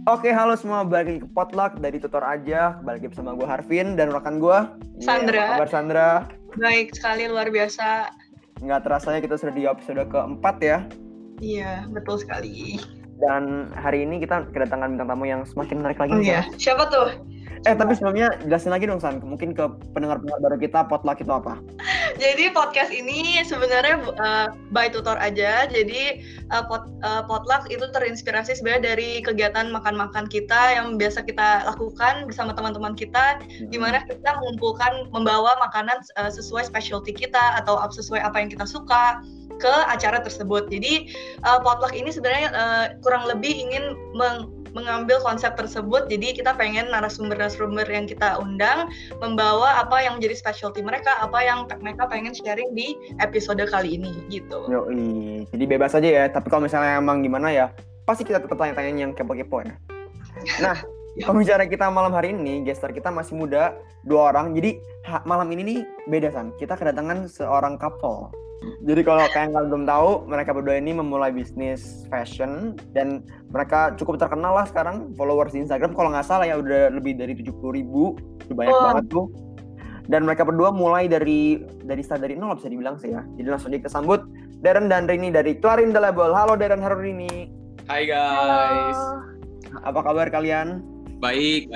Oke, halo semua, balik lagi ke Potluck dari Tutor Aja. Balik lagi bersama gue Harvin dan rekan gue Sandra. Apa kabar Sandra? Baik sekali, luar biasa. Nggak terasanya kita sudah di episode keempat ya. Iya, betul sekali. Dan hari ini kita kedatangan bintang tamu yang semakin menarik lagi. Oh iya, siapa tuh? Tapi sebelumnya jelasin lagi dong San, mungkin ke pendengar-pendengar baru kita, Potluck itu apa? Jadi podcast ini sebenarnya by Tutor Aja. Jadi Potluck itu terinspirasi sebenarnya dari kegiatan makan-makan kita yang biasa kita lakukan bersama teman-teman kita, di mana kita mengumpulkan, membawa makanan sesuai specialty kita atau sesuai apa yang kita suka ke acara tersebut. Jadi Potluck ini sebenarnya kurang lebih ingin mengambil konsep tersebut. Jadi kita pengen narasumber-narasumber yang kita undang membawa apa yang menjadi specialty mereka, apa yang mereka pengen sharing di episode kali ini gitu. Yoi, jadi bebas aja ya. Tapi kalau misalnya emang gimana ya, pasti kita tetap tanya-tanya yang kepo-kepo ya. Nah, pembicara kita malam hari ini, gestar kita masih muda, 2 orang. Jadi malam ini nih beda San. Kita kedatangan seorang couple. Jadi kalau kalian belum tahu, mereka berdua ini memulai bisnis fashion dan mereka cukup terkenal lah sekarang, followers di Instagram kalau nggak salah ya udah lebih dari 70.000, udah banyak banget tuh. Dan mereka berdua mulai dari nol bisa dibilang sih ya. Jadi langsung aja kita sambut Darren dan Rini dari Clarin The Label. Halo Darren, halo Rini. Hai guys. Halo. Apa kabar kalian? Baik.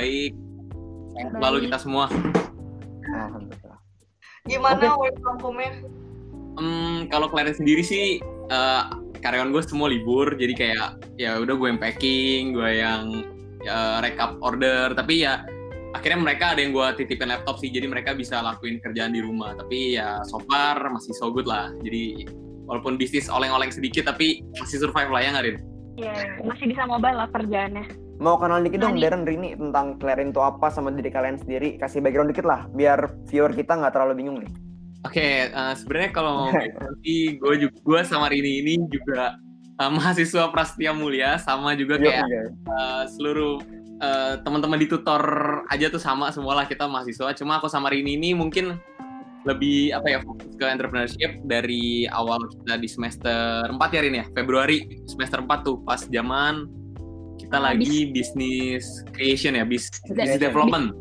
Lalu kita semua. Alhamdulillah. Gimana work from home-nya? Kalau Clarin sendiri sih karyawan gue semua libur, jadi kayak ya udah gue yang packing, gue yang rekap order, tapi ya akhirnya mereka ada yang gue titipin laptop sih, jadi mereka bisa lakuin kerjaan di rumah. Tapi ya so far masih so good lah, jadi walaupun bisnis oleng-oleng sedikit tapi masih survive lah ya nggak Rin? Iya, masih bisa mobile lah kerjaannya. Mau kenal dikit dong Darren, Rini tentang Clarin itu apa sama diri kalian sendiri, kasih background dikit lah biar viewer kita nggak terlalu bingung nih. Oke, sebenarnya kalau nanti gue sama Rini ini juga mahasiswa Prasetya Mulia, sama juga kayak seluruh teman-teman di Tutor Aja tuh sama semualah kita mahasiswa. Cuma aku sama Rini ini mungkin lebih fokus ke entrepreneurship dari awal kita di semester 4 ya Rini ya, Februari semester 4 tuh pas zaman kita lagi business creation ya, business development.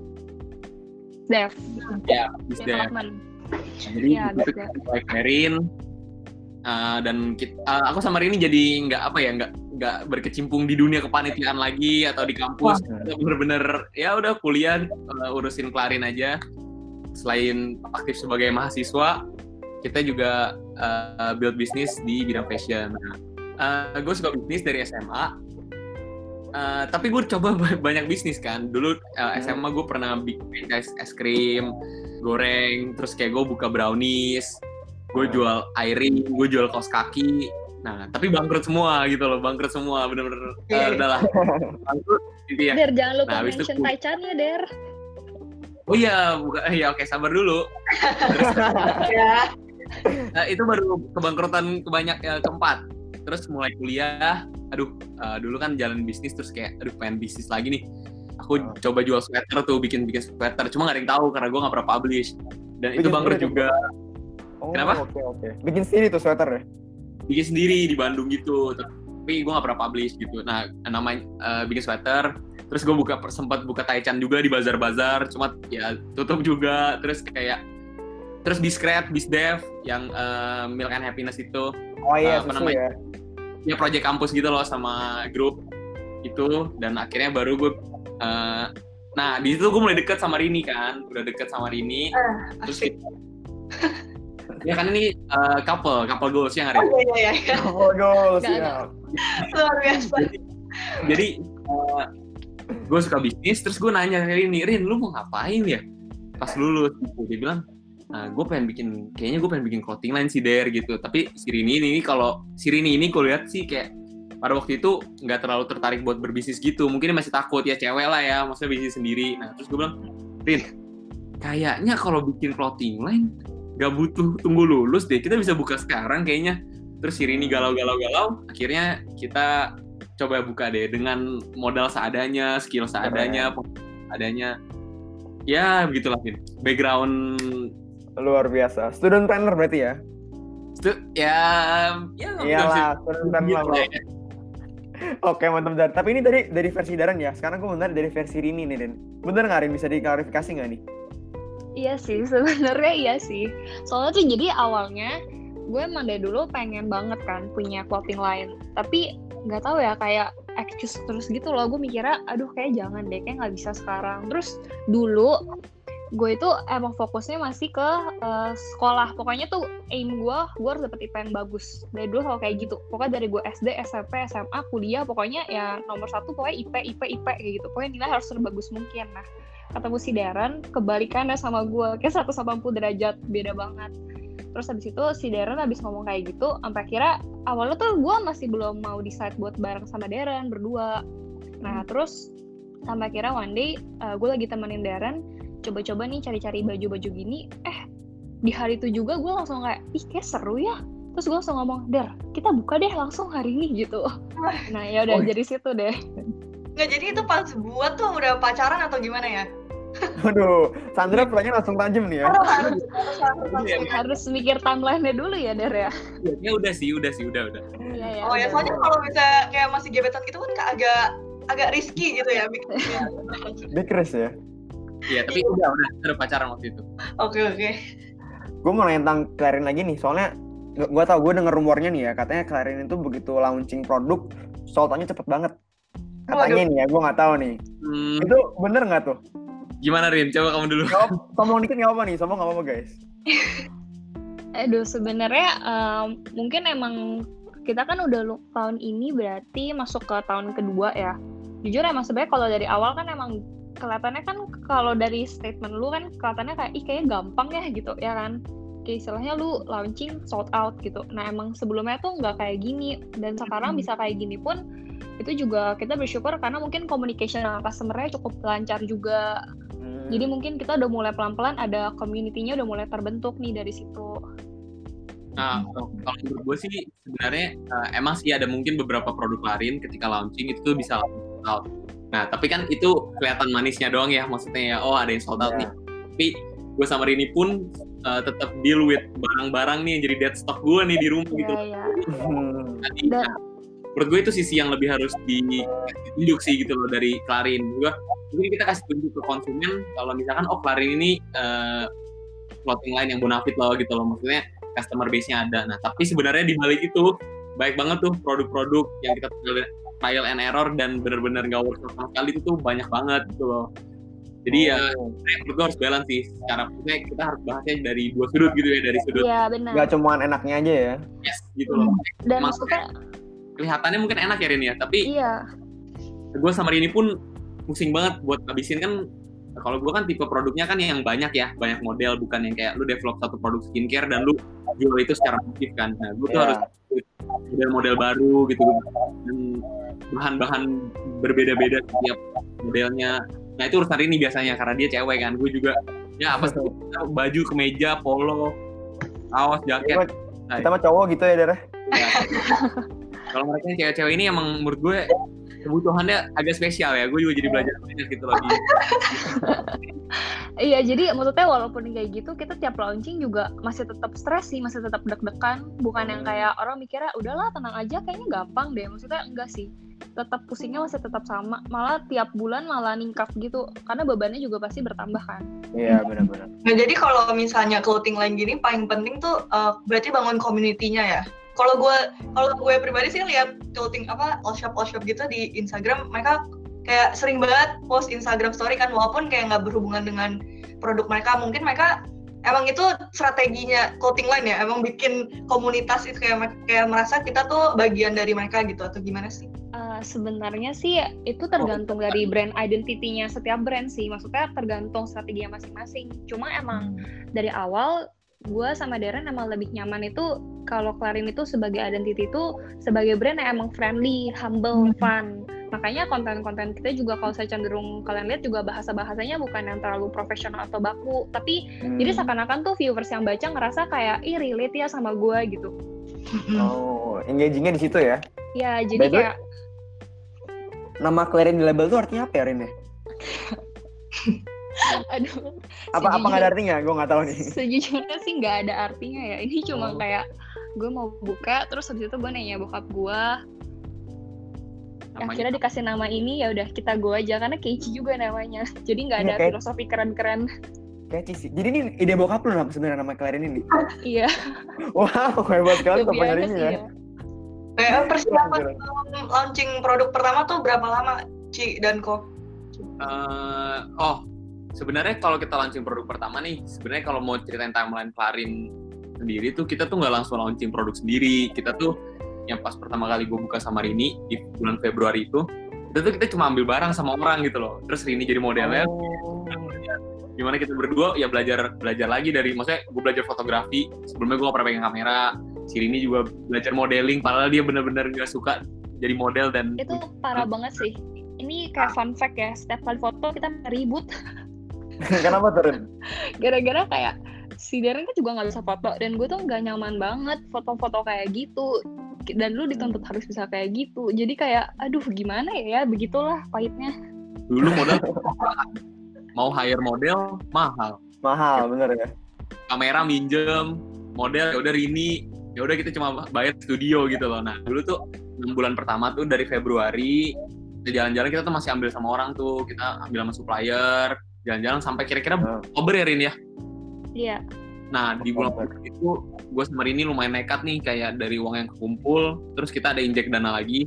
Business development. Jadi kita mulai Clarin dan aku sama Rini jadi nggak berkecimpung di dunia kepanitiaan lagi atau di kampus. Kita bener-bener ya udah kuliah urusin Clarin aja. Selain aktif sebagai mahasiswa, kita juga build bisnis di bidang fashion. Gue suka bisnis dari SMA, tapi gue coba banyak bisnis kan. Dulu SMA gue pernah bikin es krim goreng, terus kayak gue buka brownies, gue jual airing, gue jual kaos kaki. Nah, tapi bangkrut semua gitu loh, bener-bener udahlah. Bangkrut gitu ya. Der, jangan lupa mention Taichan ya, Der. Oh iya, oke, sabar dulu. Terus, itu baru kebangkrutan keempat. Terus mulai kuliah, dulu kan jalan bisnis, terus kayak, pengen bisnis lagi nih. Aku coba jual sweater tuh, bikin sweater, cuma nggak ada yang tahu karena gue nggak pernah publish. Dan itu bangkrut juga. Kenapa? Oke. Bikin sendiri tuh sweater ya? Bikin sendiri di Bandung gitu, tapi gue nggak pernah publish gitu. Nah, namanya bikin sweater, terus gue sempat buka Taichan juga di bazar-bazar, cuma ya tutup juga. Terus Biscret, Bisdev yang Milk and Happiness itu. Oh iya, ya. Ya project kampus gitu loh sama grup itu, dan akhirnya baru gue nah di situ gue mulai deket sama Rini kan, terus ya kan ini couple goals ya nggak Rini? Oh iya. Couple goals ya. Luar biasa. Jadi gue suka bisnis, terus gue nanya ke Rin, lu mau ngapain ya pas lulus gitu. Dia bilang, kayaknya gue pengen bikin clothing line sih Der gitu. Tapi si Rini ini gue lihat sih kayak pada waktu itu nggak terlalu tertarik buat berbisnis gitu. Mungkin dia masih takut ya, cewek lah ya, maksudnya bisnis sendiri. Nah terus gue bilang, Rin, kayaknya kalau bikin clothing line nggak butuh tunggu lulus deh, kita bisa buka sekarang kayaknya. Terus si Rini galau, akhirnya kita coba buka deh dengan modal seadanya, skill seadanya, ya begitulah Vin. Background luar biasa, student planner berarti ya? Iyalah, student planner. Oke, mantap Dan. Tapi ini dari versi Daren ya. Sekarang gue bener dari versi Rini nih, Den. Bener nggak, Rin? Bisa diklarifikasi nggak nih? Iya sih, sebenarnya iya sih. Soalnya tuh jadi awalnya gue emang dari dulu pengen banget kan punya clothing line. Tapi nggak tahu ya, kayak excuse terus gitu loh. Gue mikirnya, aduh kayak jangan deh, kayak nggak bisa sekarang. Terus dulu gue itu emang fokusnya masih ke sekolah. Pokoknya tuh aim gue harus dapet IP yang bagus. Dari dulu kalau kayak gitu. Pokoknya dari gue SD, SMP, SMA, kuliah, pokoknya ya nomor 1 pokoknya IP kayak gitu. Pokoknya nilai harus terbagus mungkin. Nah, ketemu si Darren, kebalikannya sama gue. Kayak 180 derajat, beda banget. Terus habis itu si Darren habis ngomong kayak gitu, sampai akhirnya awalnya tuh gue masih belum mau decide buat bareng sama Darren berdua. Nah, terus sampai akhirnya one day gue lagi temenin Darren, coba-coba nih cari-cari baju-baju gini, di hari itu juga gue langsung kayak, ih kayak seru ya. Terus gue langsung ngomong, Dar, kita buka deh langsung hari ini gitu. Nah ya udah dari situ deh. Nggak, jadi itu pas buat tuh udah pacaran atau gimana ya? Waduh, Sandra pertanyaan langsung tajam nih ya. Harus mikir timeline-nya dulu ya, Der ya. Ya udah sih, udah. Iya, Oh ya, soalnya kalau bisa kayak masih gebetan gitu kan agak risky gitu ya. Big risk ya. Iya, tapi udah pacaran waktu itu. Oke. Gue mau nanya tentang Clarin lagi nih, soalnya gue tau, gue denger rumornya nih ya, katanya Clarin itu begitu launching produk, sold out-nya cepet banget. Katanya nih ya, gue nggak tahu nih. Itu bener nggak tuh? Gimana Rin? Coba kamu dulu. Sombong dikit nggak apa nih? Sombong nggak apa guys? Aduh, sebenarnya mungkin emang kita kan udah tahun ini berarti masuk ke tahun kedua ya. Jujur emang sebenarnya kalau dari awal kan emang kelihatannya kan, kalau dari statement lu kan kelihatannya kayak kayaknya gampang ya gitu ya kan. Kayak istilahnya lu launching sold out gitu. Nah emang sebelumnya tuh nggak kayak gini, dan sekarang bisa kayak gini pun itu juga kita bersyukur karena mungkin communication sama customer-nya cukup lancar juga. Jadi mungkin kita udah mulai pelan-pelan ada community-nya udah mulai terbentuk nih dari situ. Nah, kalau menurut gue sih sebenarnya emang sih ada mungkin beberapa produk Clarin ketika launching itu tuh bisa sold out. Nah, tapi kan itu kelihatan manisnya doang ya, maksudnya ya, oh ada yang sold out nih. Tapi gue sama Rini pun tetap deal with barang-barang nih yang jadi dead stock gue nih di rumah gitu. Nah, menurut gue itu sisi yang lebih harus ditunjuk sih gitu loh dari Clarin. Mungkin kita kasih tunjuk ke konsumen kalau misalkan Clarin ini clothing line yang bonafit loh gitu loh, maksudnya customer base-nya ada. Nah, tapi sebenarnya di balik itu baik banget tuh produk-produk yang kita trial and error dan benar-benar nggak worth sama sekali, itu tuh banyak banget gitu loh. Jadi menurut gue harus balance sih. Secara maksudnya kita harus bahasnya dari dua sudut gitu ya, dari sudut. Iya benar. Gak cuma enaknya aja ya. Yes gitu loh. Dan maksudnya kelihatannya mungkin enak ya Rini ya, tapi gue sama Rini pun pusing banget buat habisin kan. Kalau gue kan tipe produknya kan yang banyak ya, banyak model, bukan yang kayak lu develop satu produk skincare dan lu jual itu secara masif kan. Nah gue tuh harus model-model baru gitu, dan bahan-bahan berbeda-beda setiap modelnya. Nah itu urusan Rini biasanya karena dia cewek kan. Gue juga ya apa sih, baju, kemeja, polo, kaos, jaket. Kita mah cowok gitu ya Dara. Ya. Kalau mereka yang cewek-cewek ini emang menurut gue kebutuhannya agak spesial ya. Gue juga jadi belajar banyak gitu lagi. Iya, jadi maksudnya walaupun kayak gitu, kita tiap launching juga masih tetap stres sih, masih tetap deg-degan. Bukan yang kayak orang mikirnya, udahlah tenang aja, kayaknya gampang deh. Maksudnya enggak sih. Tetap pusingnya masih tetap sama. Malah tiap bulan malah ningkat gitu. Karena bebannya juga pasti bertambah kan. Iya, benar-benar. Nah, jadi kalau misalnya clothing line gini, paling penting tuh berarti bangun community-nya ya. Kalau gue pribadi sih lihat clothing all shop gitu di Instagram, mereka kayak sering banget post Instagram story kan, walaupun kayak nggak berhubungan dengan produk mereka. Mungkin mereka emang itu strateginya clothing line ya, emang bikin komunitas itu kayak merasa kita tuh bagian dari mereka gitu, atau gimana sih? Sebenarnya sih itu tergantung dari brand identity-nya setiap brand sih. Maksudnya tergantung strateginya masing-masing. Cuma emang dari awal gue sama Darren emang lebih nyaman itu kalau Clarin itu sebagai identity itu sebagai brand yang emang friendly, humble, fun. Makanya konten-konten kita juga kalau saya cenderung kalian lihat juga bahasa-bahasanya bukan yang terlalu profesional atau baku, tapi jadi seakan-akan tuh viewers yang baca ngerasa kayak relate ya sama gue gitu. Oh, engaging-nya di situ ya? Ya, jadi kayak nama Clarin di label tuh artinya apa ya, Rin? Aduh. Apa nggak ada artinya? Gue nggak tahu nih. Sejujurnya sih nggak ada artinya ya. Ini cuma kayak gue mau buka, terus habis itu gue nanya bokap gue, Akhirnya dikasih nama ini, ya udah kita go aja karena catchy juga namanya. Jadi nggak ada filosofi keren-keren. Catchy sih. Jadi ini ide bokap lu sebenarnya nama Clarin ini. Iya. Wow, hebat sekali kepanjangannya ya. Kayak persiapan launching produk pertama tuh berapa lama, Ci dan Ko? Sebenarnya kalau kita launching produk pertama nih, sebenarnya kalau mau ceritain timeline Clarin sendiri tuh kita tuh nggak langsung launching produk sendiri. Kita tuh yang pas pertama kali gue buka sama Rini di bulan Februari itu kita cuma ambil barang sama orang gitu loh. Terus Rini jadi modelnya. Gimana kita berdua ya belajar lagi dari, maksudnya gue belajar fotografi. Sebelumnya gue gak pernah pegang kamera. Si Rini juga belajar modeling, padahal dia benar-benar gak suka jadi model. Dan itu parah banget sih. Ini kayak fun fact ya, setiap kali foto kita ribut. Kenapa turun? Gara-gara kayak si Darren kan juga nggak bisa foto, dan gue tuh nggak nyaman banget foto-foto kayak gitu, dan lu dituntut harus bisa kayak gitu. Jadi kayak aduh gimana ya, begitulah pahitnya. Dulu model mau hire model mahal bener ya. Kamera minjem, model ya udah Rini, ya udah kita cuma bayar studio gitu loh. Nah dulu tuh 6 bulan pertama tuh dari Februari jalan-jalan kita tuh masih ambil sama orang tuh, kita ambil sama supplier, jalan-jalan sampai kira-kira Oktober ya Rin ya. Iya. Nah di bulan itu gue sama Rini lumayan nekat nih, kayak dari uang yang kekumpul, terus kita ada injek dana lagi.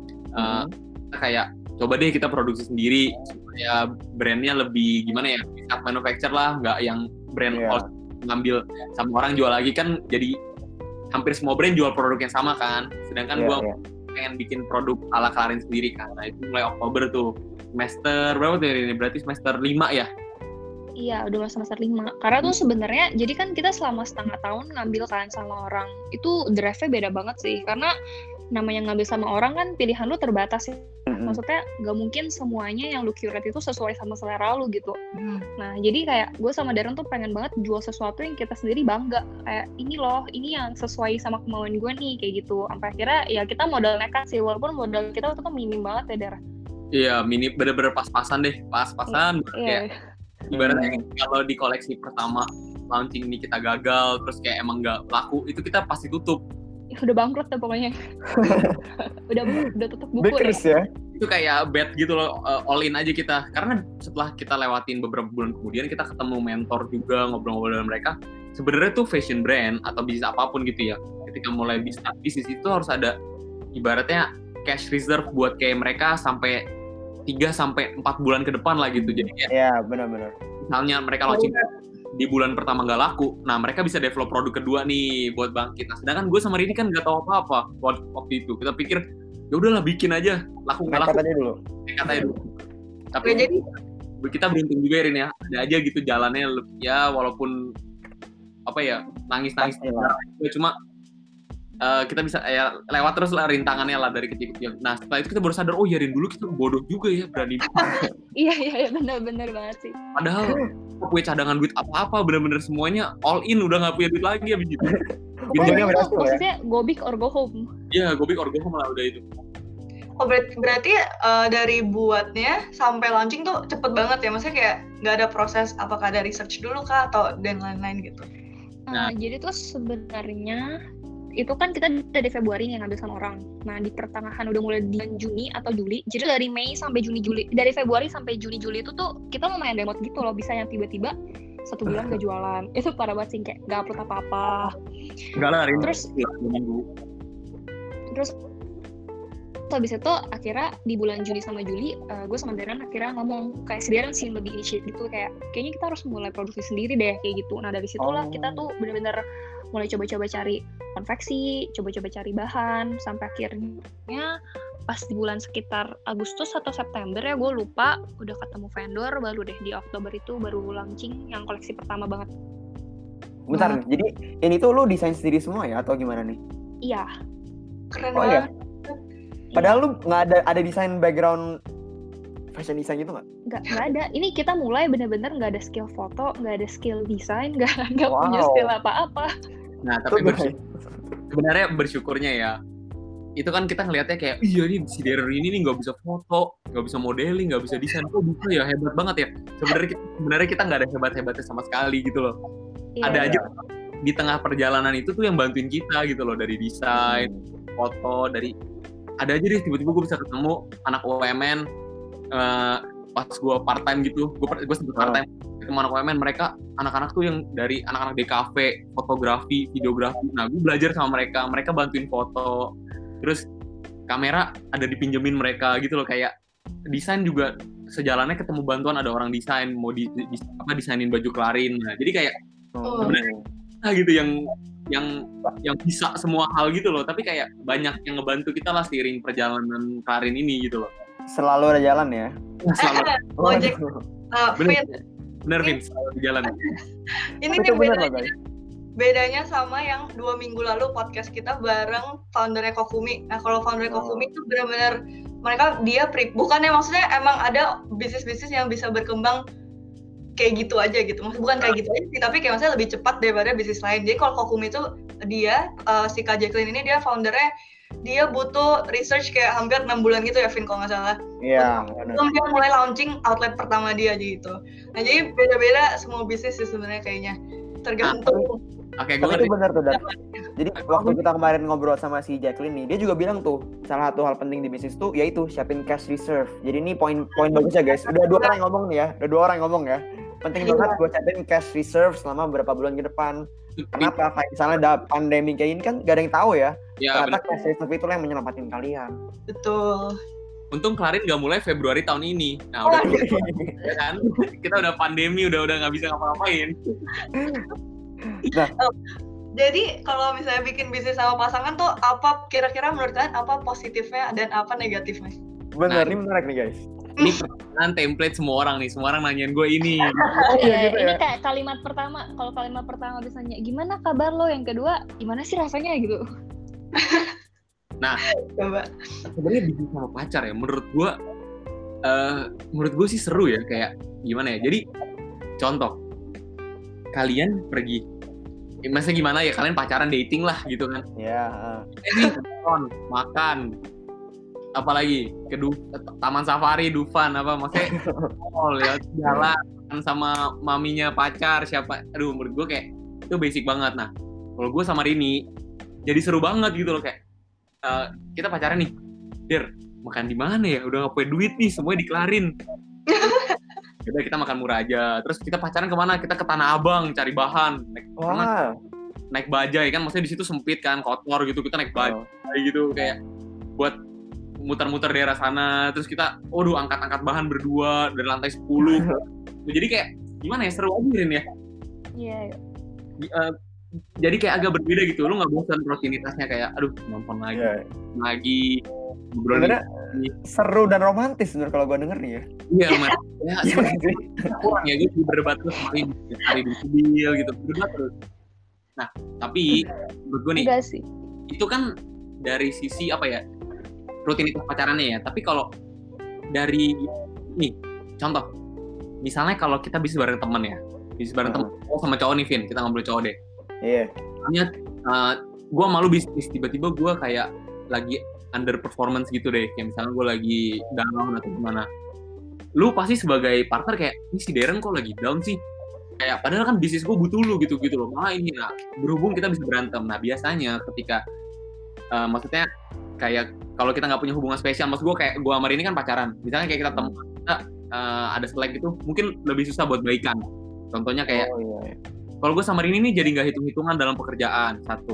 Kita kayak coba deh kita produksi sendiri supaya brandnya lebih gimana ya, bisa manufacture lah, nggak yang brand ngambil sama orang jual lagi kan. Jadi hampir semua brand jual produk yang sama kan, sedangkan gue pengen bikin produk ala Clarin sendiri kan. Nah itu mulai Oktober tuh, semester berapa tuh ini? Berarti semester 5 ya? Iya, udah semester 5. Karena tuh sebenarnya, jadi kan kita selama setengah tahun ngambil kan sama orang. Itu drive-nya beda banget sih. Karena namanya ngambil sama orang kan pilihan lu terbatas ya. Maksudnya gak mungkin semuanya yang lu curate itu sesuai sama selera lu gitu. Nah, jadi kayak gue sama Darren tuh pengen banget jual sesuatu yang kita sendiri bangga. Kayak ini loh, ini yang sesuai sama kemauan gue nih, kayak gitu. Sampai akhirnya ya kita modal nekat sih, walaupun modal kita waktu itu minim banget ya, Darren. Iya, minim, bener-bener pas-pasan deh. Pas-pasan. Kayak ibaratnya kalau di koleksi pertama launching ini kita gagal, terus kayak emang nggak laku, itu kita pasti tutup. Udah bangkrut tuh pokoknya. udah tutup buku Bakers ya. Itu kayak bet gitu loh, all in aja kita. Karena setelah kita lewatin beberapa bulan kemudian, kita ketemu mentor juga, ngobrol-ngobrol dengan mereka. Sebenarnya tuh fashion brand atau bisnis apapun gitu ya, ketika mulai bisnis itu harus ada ibaratnya cash reserve buat kayak mereka sampai 3-4 bulan ke depan lah gitu. Jadi ya benar-benar. Misalnya mereka launching di bulan pertama nggak laku, nah mereka bisa develop produk kedua nih buat bangkit. Nah sedangkan gue sama Rini kan nggak tahu apa-apa waktu itu. Kita pikir ya udahlah bikin aja, laku nggak laku. Nekat aja dulu. Tapi jadi kita beruntung juga ya Rini ya, ada aja gitu jalannya ya, walaupun apa ya, nangis-nangis cuma kita bisa ya lewat terus lah rintangannya lah dari kecil-kecil. Nah setelah itu kita baru sadar, oh ya Rin, dulu kita bodoh juga ya berani. Iya benar banget sih. Padahal punya cadangan duit apa-apa, bener-bener semuanya all in, udah nggak punya duit lagi abis itu. Maksudnya go big or go home. Iya, go big or go home lah udah itu. Oh berarti dari buatnya sampai launching tuh cepet banget ya? Maksudnya kayak nggak ada proses, apakah ada research dulu kah atau dan lain-lain gitu? Jadi tuh sebenarnya itu kan kita dari Februari nih ngambil sama orang. Nah di pertengahan udah mulai di Juni atau Juli. Jadi dari Mei sampai Juni-Juli, dari Februari sampai Juni-Juli itu tuh kita mau main demo gitu loh. Bisa yang tiba-tiba 1 bulan gak jualan. Itu parah banget sih, kayak gak upload apa-apa. Enggak lah, Rin. Terus habis itu akhirnya di bulan Juni sama Juli, gue sama Darren akhirnya ngomong kayak si Darren sih lebih initiate gitu, kayak kayaknya kita harus mulai produksi sendiri deh kayak gitu. Nah dari situlah kita tuh bener-bener mulai coba-coba cari konveksi, coba-coba cari bahan, sampai akhirnya pas di bulan sekitar Agustus atau September ya, gue lupa, udah ketemu vendor, baru deh di Oktober itu baru launching yang koleksi pertama banget. Bentar, jadi ini tuh lu desain sendiri semua ya atau gimana nih? Iya. Keren banget. Padahal lu nggak ada desain background fashion design gitu nggak? Nggak ada. Ini kita mulai bener-bener nggak ada skill foto, nggak ada skill desain, nggak punya skill apa-apa. Nah tapi sebenarnya bersyukurnya ya, itu kan kita ngelihatnya kayak iya nih si Darren ini nih nggak bisa foto, nggak bisa modeling, nggak bisa desain, kok bisa ya, hebat banget ya. Sebenarnya kita nggak ada hebat-hebatnya sama sekali gitu loh. Ada aja di tengah perjalanan itu tuh yang bantuin kita gitu loh, dari desain, foto, dari ada aja deh tiba-tiba gue bisa ketemu anak UMN pas gue part time gitu, gue sempet part time ketemu anak UMN, mereka anak-anak tuh yang dari anak-anak DKV, fotografi, videografi. Nah gue belajar sama mereka bantuin foto, terus kamera ada dipinjemin mereka gitu loh, kayak desain juga sejalannya ketemu bantuan ada orang desain mau desainin baju Clarin. Nah jadi kayak sebenarnya gitu yang bisa semua hal gitu loh, tapi kayak banyak yang ngebantu kita lah seiring perjalanan Clarin ini gitu loh. Selalu ada jalan ya. Selalu. Ojek. Bener Vin, selalu di jalan. Ini nih bedanya sama yang 2 minggu lalu podcast kita bareng foundernya Kokumi. Nah kalau foundernya Kokumi itu benar-benar mereka bukannya maksudnya emang ada bisnis-bisnis yang bisa berkembang kayak gitu aja gitu. Maksudnya bukan kayak gitu aja sih, tapi kayak maksudnya lebih cepat daripada bisnis lain. Jadi kalau Kokumi itu dia si Kak Jacqueline ini dia foundernya, dia butuh research kayak hampir 6 bulan gitu ya Vin kalau nggak salah. Iya. Sebelum dia mulai launching outlet pertama dia gitu. Nah jadi beda-beda semua bisnis sih sebenarnya kayaknya. Tergantung. Oke, gue itu benar tuh. Jadi waktu kita kemarin ngobrol sama si Jacqueline nih, dia juga bilang tuh salah satu hal penting di bisnis tuh yaitu siapin cash reserve. Jadi ini poin bagus ya guys. Udah 2 orang yang ngomong nih ya. Penting banget gue siapin cash reserve selama beberapa bulan ke depan. Kenapa? Kayak misalnya ada pandemi kayak ini kan gak ada yang tahu ya. Ternyata cash reserve itulah yang menyelamatin kalian. Betul. Untung Clarin gak mulai Februari tahun ini. Nah udah ya kan? Kita udah pandemi, udah gak bisa ngapa-ngapain. Nah, jadi kalau misalnya bikin bisnis sama pasangan tuh apa kira-kira menurut kalian apa positifnya dan apa negatifnya? Bener, ini menarik nih guys. Ini pertanyaan template semua orang nanyain gue ini. Gitu ini kayak kalimat pertama, kalau kalimat pertama biasanya gimana kabar lo, yang kedua gimana sih rasanya gitu. Nah, coba sebenarnya bisnis sama pacar ya, menurut gue sih seru ya, kayak gimana ya. Jadi contoh, kalian pergi, maksudnya gimana ya, kalian pacaran dating lah gitu kan. Iya. Ini makan, apalagi ke taman safari, Dufan apa maksudnya mall ya, jalan sama maminya pacar siapa. Aduh menurut gue kayak itu basic banget. Nah kalau gue sama Rini jadi seru banget gitu loh, kayak kita pacaran nih, Der makan di mana ya, udah nggak punya duit nih, semuanya dikelarin. Udah kita makan murah aja, terus kita pacaran kemana, kita ke Tanah Abang cari bahan, naik bajai kan, maksudnya di situ sempit kan, kotor gitu, kita naik bajai gitu kayak buat muter-muter daerah sana, terus kita angkat-angkat bahan berdua dari lantai 10. Jadi kayak gimana ya, seru aja Rin ya. Iya. Jadi kayak agak berbeda gitu, lu nggak bosan rutinitasnya kayak aduh nonton lagi ngobrolin. Seru dan romantis sebenarnya kalau gue denger nih ya. Iya lumayan. Ya kurang ya, gue berdebat terus hari di mobil gitu, berdebat terus. Nah tapi menurut gue nih itu kan dari sisi apa ya, rutinitas pacarannya ya. Tapi kalau dari nih contoh, misalnya kalau kita bisnis bareng temen ya, temen sama cowok nih Vin, kita ngobrol cowok deh. Iya. Soalnya gue malu bisnis, tiba-tiba gue kayak lagi underperformance gitu deh, kayak misalnya gue lagi down atau gimana. Lu pasti sebagai partner kayak, ini si Darren kok lagi down sih? Kayak padahal kan bisnis gue butuh lu gitu loh. Malah ini, nah berhubung kita bisa berantem. Nah biasanya ketika maksudnya kayak kalau kita nggak punya hubungan spesial, maksud gue kayak gue sama Rini kan pacaran, misalnya kayak kita temuan, kita ada selek gitu, mungkin lebih susah buat baikan. Contohnya kayak kalau gue sama Rini nih jadi nggak hitung-hitungan dalam pekerjaan, 1,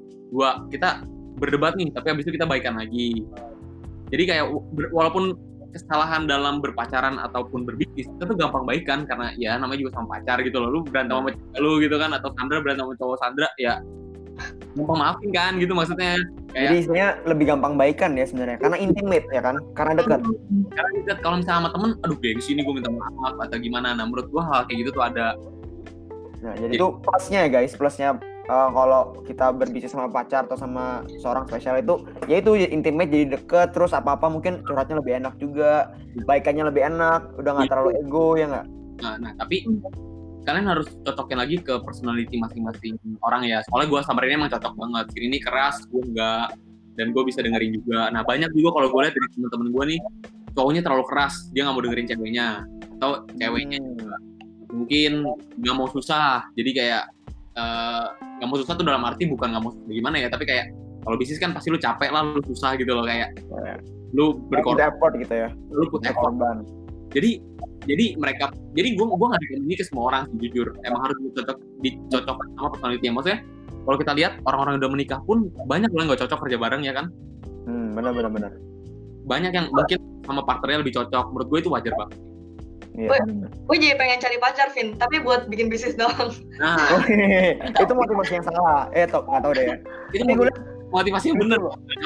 2 kita berdebat nih, tapi habis itu kita baikan lagi. Jadi kayak walaupun kesalahan dalam berpacaran ataupun berbisnis, kita tuh gampang baikan karena ya namanya juga sama pacar gitu loh. Lu berantem sama cewek lu gitu kan, atau Sandra berantem sama cowok Sandra, ya gampang maafin kan gitu maksudnya. Kayak, jadi istilahnya lebih gampang baikan ya sebenarnya, karena intimate ya kan, karena dekat. Kalau misalnya sama temen, aduh gengsi nih gue minta maaf atau gimana. Nah menurut gue hal kayak gitu tuh ada. Nah jadi itu plusnya ya guys, plusnya kalau kita berbisnis sama pacar atau sama seorang spesial itu, yaitu intimate, jadi deket, terus apa-apa mungkin curhatnya lebih enak juga, baikannya lebih enak, udah nggak terlalu ego ya nggak? Nah tapi kalian harus cocokin lagi ke personality masing-masing orang ya. Soalnya gue sama Rini emang cocok banget. Ini keras, gue enggak, dan gue bisa dengerin juga. Nah banyak juga kalau gue lihat dari temen-temen gue nih, cowoknya terlalu keras, dia nggak mau dengerin ceweknya, atau ceweknya juga mungkin nggak mau susah. Jadi kayak nggak mau susah tuh dalam arti bukan nggak mau gimana ya, tapi kayak Kalau bisnis kan pasti lu capek lah, lu susah gitu loh, kayak Ya. lu Put effort gitu ya. lu put effort. Korban. Jadi gue nggak rekomendasi ke semua orang sih, jujur. Emang harus dicocokkan sama personality. Maksudnya kalau kita lihat orang-orang yang udah menikah pun banyak loh yang nggak cocok kerja bareng ya kan. Benar. Banyak yang mungkin sama partnernya lebih cocok. Menurut gue itu wajar banget. Iya. Gue jadi pengen cari pacar, Vin, tapi buat bikin bisnis doang. Nah, Itu motivasi yang salah. Nggak tahu deh ya. itu gue motivasinya bener.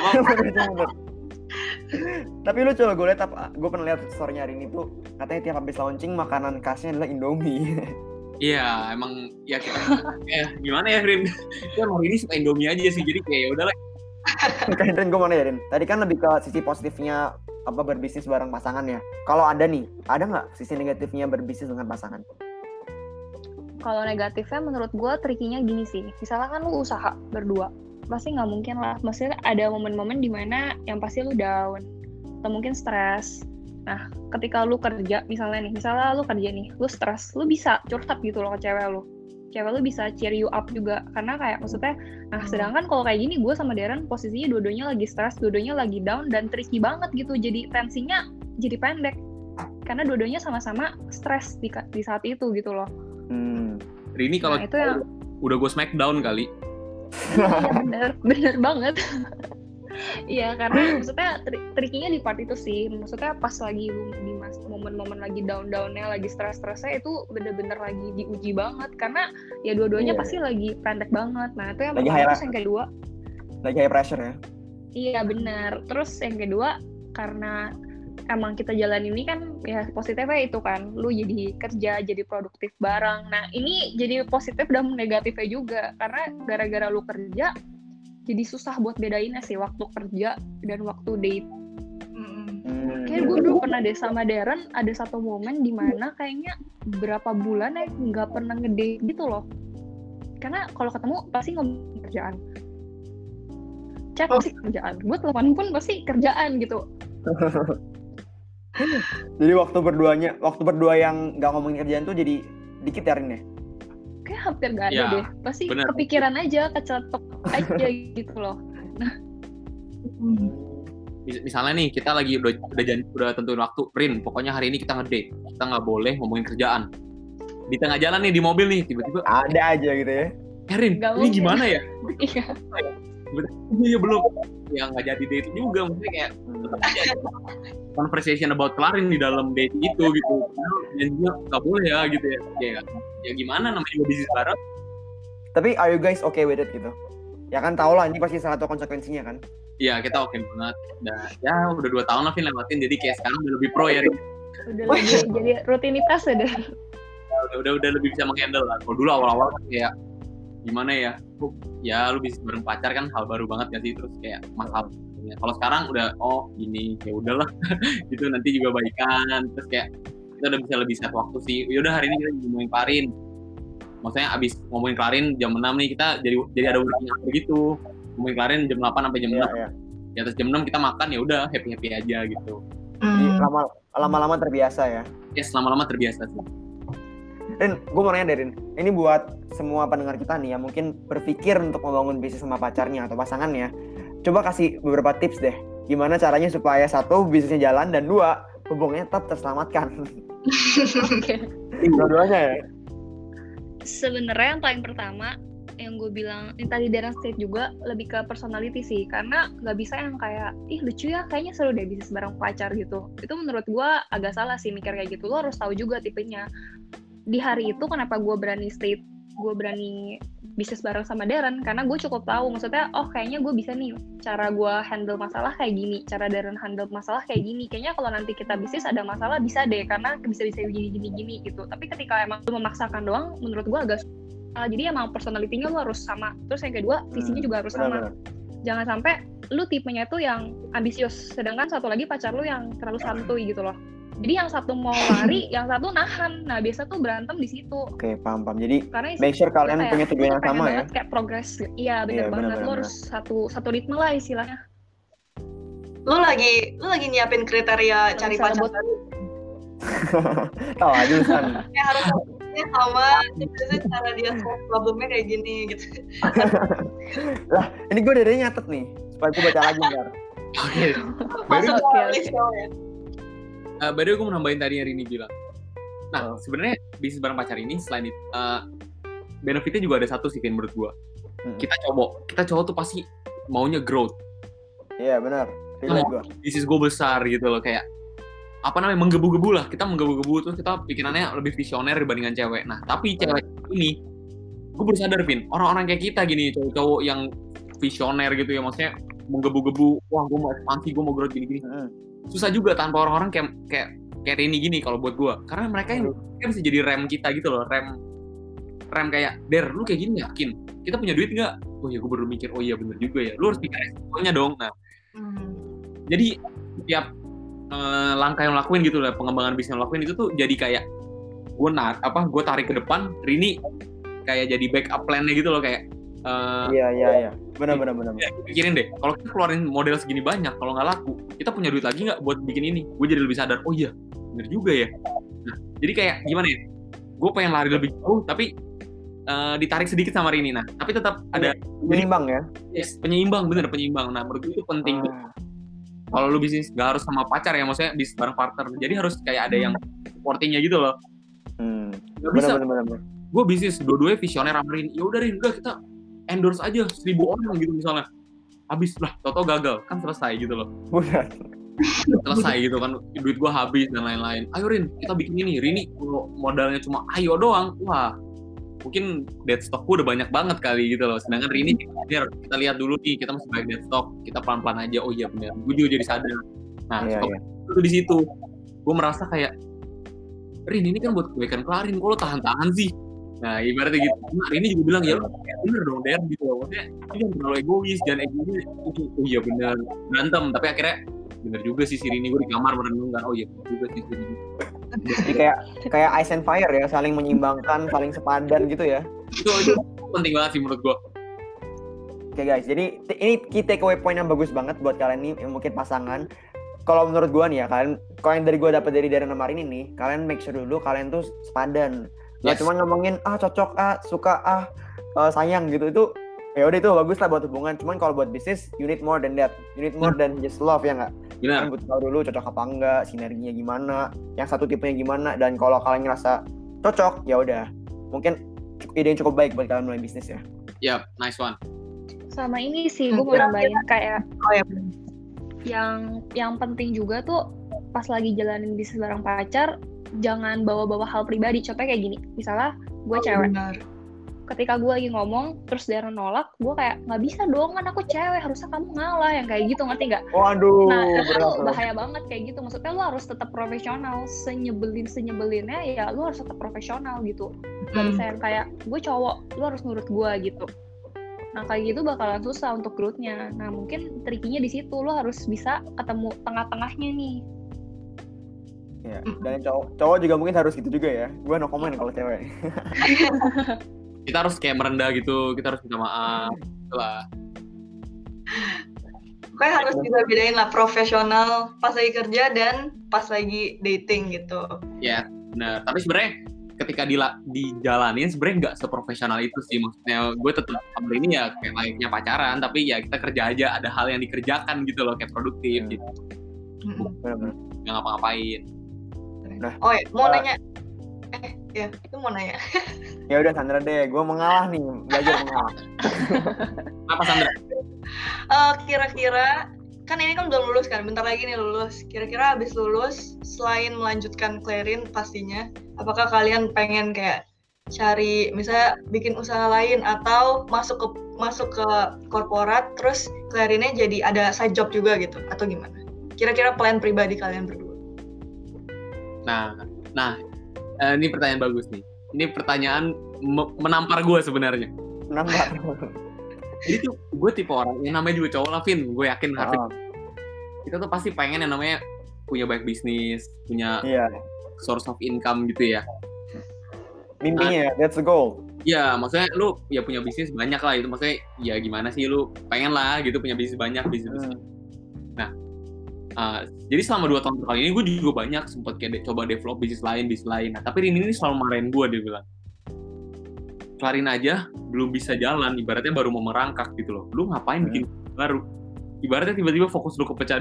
Tapi lu coba gue lihat gue pernah lihat story-nya hari ini tuh, katanya tiap habis launching makanan khasnya adalah Indomie. Iya, emang ya kita gimana ya, Rin? Kita hari ini suka Indomie aja sih, jadi kayak udahlah. Kan Rin, gue mana ya Rin? Tadi kan lebih ke sisi positifnya berbisnis bareng pasangan ya. Kalau ada nggak sisi negatifnya berbisnis dengan pasangan? Kalau negatifnya menurut gue trikinya gini sih. Misalnya kan lu usaha berdua, pasti nggak mungkin lah. Maksudnya ada momen-momen dimana yang pasti lu down atau mungkin stres. Nah, ketika lu kerja, misalnya lu kerja nih, lu stres, lu bisa curhat gitu loh ke cewek lu. Cewek lu bisa cheer you up juga, karena kayak maksudnya, nah sedangkan kalau kayak gini, gue sama Darren posisinya dua-duanya lagi stres, dua-duanya lagi down, dan tricky banget gitu, jadi tensinya jadi pendek, karena dua-duanya sama-sama stres di saat itu gitu loh. Rini kalau itu yang udah gue smackdown kali. Iya bener banget. Iya, karena maksudnya triknya di part itu sih. Maksudnya pas lagi di momen-momen lagi down-downnya, lagi stres-stresnya itu bener-bener lagi diuji banget. Karena ya dua-duanya pasti lagi pendek banget. Nah itu yang pertama, terus yang kedua lagi high pressure ya? Iya benar. Terus yang kedua, karena emang kita jalan ini kan ya positifnya itu kan, lu jadi kerja, jadi produktif bareng. Nah ini jadi positif dan negatifnya juga, karena gara-gara lu kerja jadi susah buat bedainnya sih waktu kerja dan waktu date. Kayak gue dulu pernah deh sama Darren, ada satu momen dimana kayaknya berapa bulan ya nggak pernah ngedate gitu loh. Karena kalau ketemu pasti ngomong kerjaan, chat pasti kerjaan, gue telepon pun pasti kerjaan gitu. Jadi waktu berdua yang nggak ngomongin kerjaan tuh jadi dikit ya Rin ya? Kayak hampir gak ada ya, deh, pasti bener. Kepikiran aja, kecetok aja gitu loh. Nah, misalnya nih kita lagi udah tentuin waktu, Rin, pokoknya hari ini kita ngedate, kita nggak boleh ngomongin kerjaan. Di tengah jalan nih di mobil nih tiba-tiba ada aja gitu ya. Rin, gak ini mungkin. gimana ya? Iya. Belum. Ya nggak jadi date juga, maksudnya kayak tetap aja conversation about kelarin di dalam date itu gitu. Dan juga nggak boleh ya gitu ya. Ya gimana, namanya juga bisnis bareng. Tapi are you guys okay with it gitu? Ya kan tau lah, ini pasti salah satu konsekuensinya kan? Iya, kita oke banget. Udah 2 tahun lah Vin lewatin, jadi kayak sekarang udah lebih pro ya. Udah lebih jadi rutinitas udah. Udah lebih bisa menghandle lah. Kalau dulu awal-awal kan kayak gimana ya? Ya lu bisnis bareng pacar kan hal baru banget gak sih? Terus kayak masalah. Kalau sekarang udah gini, ya udahlah. Gitu nanti juga baikan. Terus kayak kita udah bisa lebih set waktu sih. Yaudah hari ini kita ngomongin Klarin. Maksudnya abis ngomongin Klarin jam 6 nih kita jadi ada working hour gitu. Ngomongin Klarin jam 8 sampai jam 6. Ya terus jam 6 kita makan, ya udah happy aja gitu. Jadi lama-lama terbiasa ya. Yes, lama-lama terbiasa sih. Rin, gue mau nanya deh Rin, ini buat semua pendengar kita nih yang mungkin berpikir untuk membangun bisnis sama pacarnya atau pasangannya, coba kasih beberapa tips deh, gimana caranya supaya satu, bisnisnya jalan, dan dua, hubungannya tetap terselamatkan. Dua-duanya ya. Sebenarnya yang paling pertama yang gue bilang, ini tadi Darren state juga, lebih ke personality sih, karena nggak bisa yang kayak, ih lucu ya, kayaknya seru deh bisnis bareng pacar gitu. Itu menurut gue agak salah sih mikir kayak gitu, lo harus tahu juga tipenya. Di hari itu kenapa gue berani bisnis bareng sama Darren, karena gue cukup tahu, maksudnya kayaknya gue bisa nih cara gue handle masalah kayak gini, cara Darren handle masalah kayak gini, kayaknya kalau nanti kita bisnis ada masalah bisa deh, karena bisa gini gitu. Tapi ketika emang lu memaksakan doang, menurut gue agak jadi emang personality-nya lu harus sama. Terus yang kedua, visinya juga harus sama. Jangan sampai lu tipenya tuh yang ambisius, sedangkan satu lagi pacar lu yang terlalu santuy gitu loh. Jadi yang satu mau lari, yang satu nahan. Nah, biasa tuh berantem di situ. Oke, paham. Jadi karena make sure kalian punya tujuan yang sama ya. Kayak progress. Iya, benar banget. Lo harus satu ritme lah istilahnya. Lo lagi nyiapin kriteria cari pacar. Tahu aja San. Ya plotnya sama, biasanya cara dia solve problemnya kayak gini gitu. Lah, ini gue dari nyatet nih supaya gue baca lagi ntar. Oke. Masuk Oke, ke oke. list kau ya. Baru gue mau nambahin tadi yang Rini bilang. Nah, sebenarnya bisnis bareng pacar ini selain itu benefitnya juga ada satu sih Vin menurut gue. Kita cowok tuh pasti maunya growth. Iya benar. Relate gue. Bisnis gue besar gitu loh, kayak apa namanya, menggebu-gebu lah. Kita menggebu-gebu terus kita pikirannya lebih visioner dibandingkan cewek. Nah, tapi cewek ini gue baru sadar Vin, orang-orang kayak kita gini, cowok-cowok yang visioner gitu ya, maksudnya menggebu-gebu, wah gue mau ekspansi, gue mau growth gini-gini. Susah juga tanpa orang-orang kayak Rini gini kalau buat gue, karena mereka yang bisa jadi rem kita gitu loh, rem kayak, Der, lu kayak gini yakin kita punya duit nggak? Oh ya, gue baru mikir, oh iya bener juga ya, lu harus pikir resikonya dong. Nah, jadi setiap langkah yang lakuin gitu lah, pengembangan bisnis yang lakuin itu tuh jadi kayak gue tarik ke depan, Rini kayak jadi backup plan-nya gitu loh, kayak Iya. Benar. ya, pikirin deh, kalau kita keluarin model segini banyak, kalau nggak laku, kita punya duit lagi nggak buat bikin ini? Gue jadi lebih sadar, oh iya, bener juga ya. Nah, jadi kayak gimana ya? Gue pengen lari lebih jauh, tapi ditarik sedikit sama Rini. Nah, tapi tetap ada penyeimbang ya. Yes, penyeimbang. Nah, menurut gue itu penting. Kalau lu bisnis nggak harus sama pacar ya, maksudnya bisnis bareng partner. Jadi harus kayak ada yang supportingnya gitu loh. Gak bisa. Benar. Gue bisnis dua-duanya visioner sama Rini. Ya udah Rini, kita endorse aja 1.000 orang gitu misalnya. Habis lah, toto gagal, kan selesai gitu loh. Benar. Selesai gitu kan, duit gue habis dan lain-lain. Ayo Rin, kita bikin ini. Rini kalau modalnya cuma ayo doang, wah mungkin dead stock gue udah banyak banget kali gitu loh. Sedangkan Rini kita lihat dulu nih, kita masih banyak dead stock, kita pelan-pelan aja. Oh iya benar, gue juga jadi sadar. Nah, itu di situ gue merasa kayak, Rin ini kan buat kebaikan Klarin, kok lo tahan-tahan sih? Nah ibaratnya gitu. Nah, Rini juga bilang ya bener dong Der gitu loh. Maksudnya jangan terlalu egois, jangan egois. Oh iya benar, berantem. Tapi akhirnya bener juga sih si Rini, gue di kamar merenung kan, oh iya bener juga sih Rini. Jadi kayak ice and fire ya, saling menyeimbangkan, saling sepadan gitu ya. Itu penting banget sih menurut gue. Oke guys, jadi ini key takeaway point yang bagus banget buat kalian nih yang mungkin pasangan. Kalau menurut gue nih ya, kalau yang dari gue dapat dari Darren sama Rini nih, kalian make sure dulu kalian tuh sepadan. Gak cuma ngomongin cocok, suka, sayang gitu, itu ya udah itu bagus lah buat hubungan. Cuman kalau buat bisnis, you need more than that. You need more than just love, ya nggak? Benar. Kalian butuh tahu dulu cocok apa enggak, sinerginya gimana, yang satu tipenya gimana. Dan kalau kalian ngerasa cocok, ya udah, mungkin ide yang cukup baik buat kalian mulai bisnis ya. Yap, nice one. Sama ini sih gue mau nambahin kayak yang penting juga tuh pas lagi jalanin bisnis bareng pacar, jangan bawa-bawa hal pribadi. Contohnya kayak gini, misalnya gue cewek. Benar. Ketika gue lagi ngomong terus dia nolak, gue kayak nggak bisa dong, kan aku cewek, harusnya kamu ngalah, yang kayak gitu, ngerti nggak? Waduh, Nah itu bahaya banget kayak gitu. Maksudnya lu harus tetap profesional, senyebelinnya ya lu harus tetap profesional gitu. Gak bisa yang kayak gue cowok, lu harus nurut gue gitu. Nah kayak gitu bakalan susah untuk growth-nya. Nah mungkin trikinya di situ, lu harus bisa ketemu tengah-tengahnya nih. Ya, dan cowok juga mungkin harus gitu juga ya. Gue no comment kalau cewek. Kita harus kayak merendah gitu, kita harus minta maaf lah. Pokoknya harus bisa bedain lah profesional pas lagi kerja dan pas lagi dating gitu. Ya, benar. Tapi sebenarnya ketika dijalanin sebenarnya nggak seprofesional itu sih. Maksudnya gue tetap sama ini ya kayak layaknya pacaran, tapi ya kita kerja aja, ada hal yang dikerjakan gitu loh, kayak produktif gitu. Benar-benar. Nggak ngapa-ngapain. Nah, oh ya, mau nanya. Itu mau nanya. Ya udah Sandra deh, gue mengalah nih, belajar mengalah. Apa Sandra? Kira-kira kan ini kan udah lulus kan, bentar lagi nih lulus. Kira-kira abis lulus, selain melanjutkan Clarin pastinya, apakah kalian pengen kayak cari misalnya bikin usaha lain atau masuk ke korporat terus Clarinnya jadi ada side job juga gitu atau gimana? Kira-kira plan pribadi kalian berdua? Nah, ini pertanyaan bagus nih. Ini pertanyaan menampar gue sebenarnya. Menampar. Jadi tuh gue tipe orang yang namanya juga cowok lah, Vin. Gue yakin Harvin. Kita tuh pasti pengen yang namanya punya banyak bisnis, punya source of income gitu ya. Mimpinya, that's the goal. Ya, maksudnya lu ya punya bisnis banyak lah itu. Maksudnya ya gimana sih lu pengen lah gitu punya bisnis banyak, bisnis. Nah, Jadi selama 2 tahun kali ini gue juga banyak sempat kayak coba develop bisnis lain. Nah tapi Rini ini selalu marahin gue, dia bilang kelarin aja belum bisa jalan, ibaratnya baru mau merangkak gitu loh, lu ngapain bikin baru, ibaratnya tiba-tiba fokus lu kepecah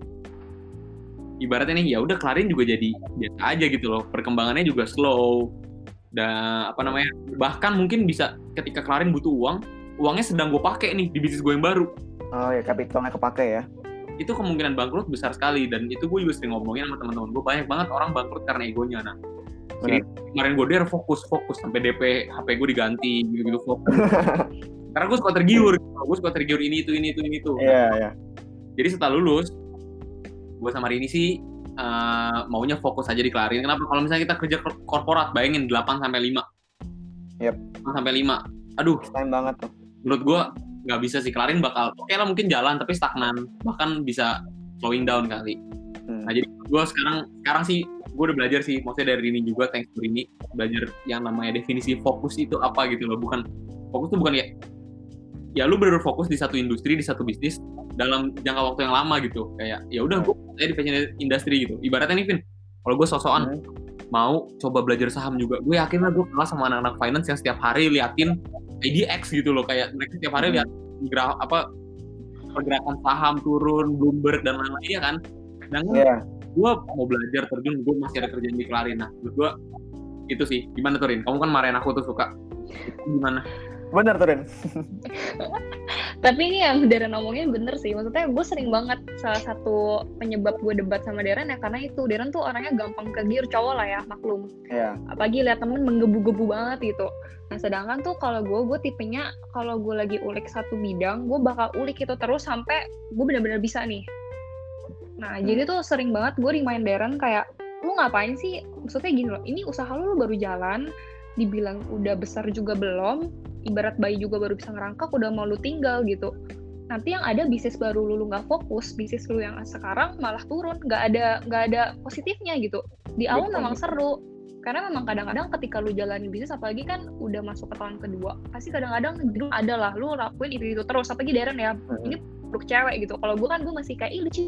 2, ibaratnya nih ya udah kelarin juga jadi biasa aja gitu loh, perkembangannya juga slow dan bahkan mungkin bisa ketika kelarin butuh uangnya sedang gue pakai nih di bisnis gue yang baru. Oh ya, kapitalnya kepake ya. Itu kemungkinan bangkrut besar sekali, dan itu gue juga sering ngomongin sama teman-teman gue, banyak banget orang bangkrut karena egonya. Nah jadi kemarin gue fokus sampai DP HP gue diganti gitu fokus karena gue suka tergiur ini itu. Iya. Jadi setelah lulus gue sama Rini sih maunya fokus aja di kelarin. Kenapa? Kalau misalnya kita kerja korporat, bayangin 8-5. Yep. 8-5. Aduh, sayang banget tuh. Menurut gue nggak bisa sih, kelarin bakal oke lah mungkin jalan tapi stagnan, bahkan bisa slowing down kali. Nah jadi gue sekarang sih gue udah belajar sih, maksudnya dari Rini juga, thanks to Rini, belajar yang namanya definisi fokus itu apa gitu loh. Fokus tuh bukan ya lu bener fokus di satu industri, di satu bisnis dalam jangka waktu yang lama gitu. Kayak ya udah gue di fashion industry gitu. Ibaratnya nih Vin, kalau gue sok-sokan mau coba belajar saham juga, gue yakin lah gue kalah sama anak-anak finance yang setiap hari liatin IDX gitu loh, kayak mereka setiap hari lihat pergerakan saham turun, Bloomberg dan lain-lain ya kan. Dan gue mau belajar terjun, gue masih ada kerjaan di kelarin. Nah menurut gue itu sih. Gimana tuh Rin? Kamu kan marahin aku tuh suka. Gimana? Bener tuh Rin. Tapi ini yang Darren ngomongin bener sih. Maksudnya gue sering banget, salah satu penyebab gue debat sama Darren ya karena itu. Darren tuh orangnya gampang kegiur, cowok lah ya, maklum. Iya. Apalagi lihat temen menggebu-gebu banget gitu. Nah sedangkan tuh kalau gue tipenya kalau gue lagi ulik satu bidang, gue bakal ulik itu terus sampai gue benar-benar bisa nih. Nah jadi tuh sering banget gue remind Darren kayak, lu ngapain sih? Maksudnya gini loh, ini usaha lu baru jalan, dibilang udah besar juga belum, ibarat bayi juga baru bisa ngerangkak, udah mau lu tinggal gitu. Nanti yang ada bisnis baru lu nggak fokus, bisnis lu yang sekarang malah turun, nggak ada positifnya gitu. Di awal memang seru, karena memang kadang-kadang ketika lu jalani bisnis, apalagi kan udah masuk ke tahun kedua, pasti kadang-kadang dulu ada lah, lu lakuin itu terus, apalagi Darren ya, ini produk cewek gitu. Kalau gue kan gue masih kayak, lucu.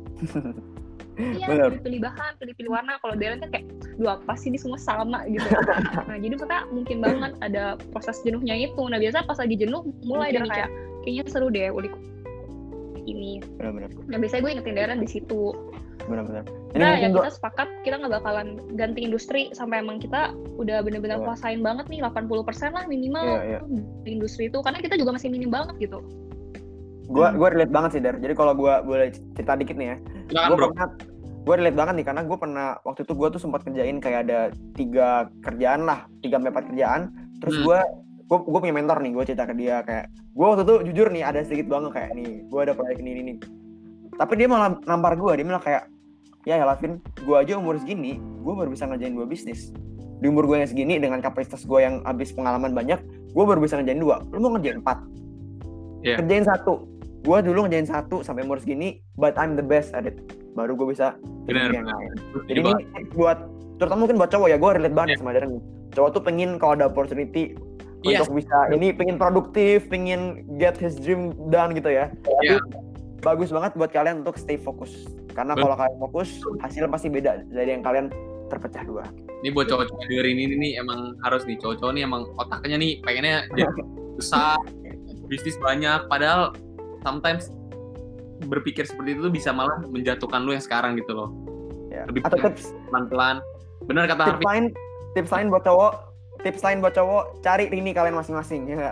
Iya, pilih bahan, pilih warna. Kalau Darren kan kayak, apa sih ini semua sama gitu. Nah jadi maksudnya mungkin banget ada proses jenuhnya itu. Nah biasa pas lagi jenuh mulai Darren kayak, kayaknya seru deh ulik ini. Benar-benar. Nah biasanya gue ingetin Darren di situ. Benar-benar. Nah ya kita sepakat kita nggak bakalan ganti industri sampai emang kita udah benar-benar kuasain banget nih 80% lah minimal di industri itu, karena kita juga masih minim banget gitu. Gue relate banget sih Dar. Jadi kalau gue boleh cerita dikit nih ya. Gue relate banget nih karena gue pernah waktu itu gue tuh sempat kerjain kayak ada 3 kerjaan lah, 3-4 kerjaan. Terus gue punya mentor nih, gue cerita ke dia kayak, gue waktu itu jujur nih ada sedikit banget kayak nih, gue ada proyek ini. Tapi dia malah nampar gue, dia bilang kayak, ya Lavin, gue aja umur segini, gue baru bisa ngerjain 2 bisnis. Di umur gue yang segini dengan kapasitas gue yang habis pengalaman banyak, gue baru bisa ngerjain 2. Lu mau ngerjain 4? Kerjain 1. Gue dulu ngerjain 1 sampai umur segini, but I'm the best at it. Baru gue bisa yang lain. Jadi ini buat, terutama mungkin buat cowok ya, gue relate banget sama Darren. Cowok tuh pengen kalau ada opportunity untuk bisa, ini pengen produktif, pengen get his dream done gitu ya. Tapi bagus banget buat kalian untuk stay fokus. Karena kalau kalian fokus, hasilnya pasti beda dari yang kalian terpecah 2. Ini buat cowok-cowok dengerin ini nih, emang harus nih, cowok-cowok nih emang otaknya nih pengennya jadi besar, bisnis banyak, padahal sometimes berpikir seperti itu bisa malah menjatuhkan lu yang sekarang gitu loh. Lebih atau tips pelan-pelan. Benar kata Harvey. Tips lain buat cowok, cari Rini kalian masing-masing ya.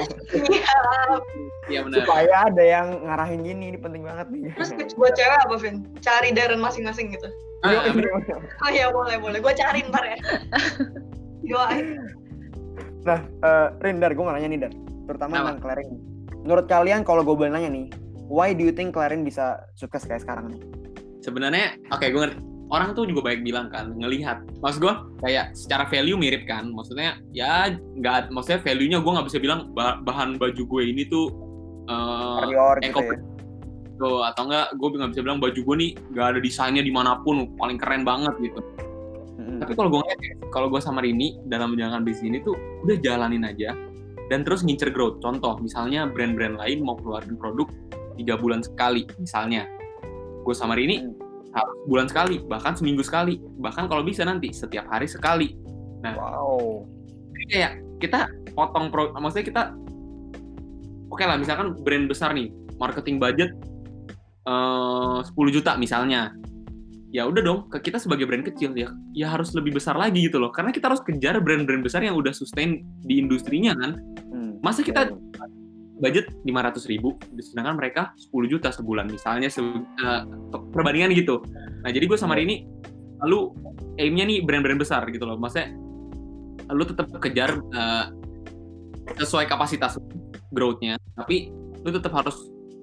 Iya benar. Supaya ada yang ngarahin gini, ini penting banget nih. Terus tips buat cewek apa, Vin? Cari Darren masing-masing gitu. Oh iya boleh. Gue cari ntar ya. Doain. Nah, Rin, Dar, gue mau nanya nih, Dar. Terutama tentang Clarin. Menurut kalian kalau gue boleh nanya nih, why do you think Clarin bisa sukses kayak sekarang nih? Sebenarnya, gue ngerti. Orang tuh juga banyak bilang kan, ngelihat. Maksud gue, kayak secara value mirip kan. Maksudnya, ya nggak, maksudnya value-nya gue nggak bisa bilang bahan baju gue ini tuh gitu ya. Tuh, atau enggak, gue nggak bisa bilang baju gue nih nggak ada desainnya dimanapun, paling keren banget gitu. Tapi kalau gue sama Rini dalam menjalankan bisnis ini tuh udah jalanin aja dan terus ngincer growth. Contoh, misalnya brand-brand lain mau keluarin produk 3 bulan sekali, misalnya. gue sama Rini harus bulan sekali, bahkan seminggu sekali, bahkan kalau bisa nanti setiap hari sekali. Nah, jadi kayak kita potong maksudnya kita oke lah, misalkan brand besar nih, marketing budget 10 juta misalnya. Ya udah dong, ke kita sebagai brand kecil ya harus lebih besar lagi gitu loh. Karena kita harus kejar brand-brand besar yang udah sustain di industrinya kan. Masa kita budget 500.000 sedangkan mereka 10 juta sebulan misalnya perbandingan gitu. Nah, jadi gue sama Rini lalu aim-nya nih brand-brand besar gitu loh. Maksudnya lu tetap kejar sesuai kapasitas growth-nya, tapi lu tetap harus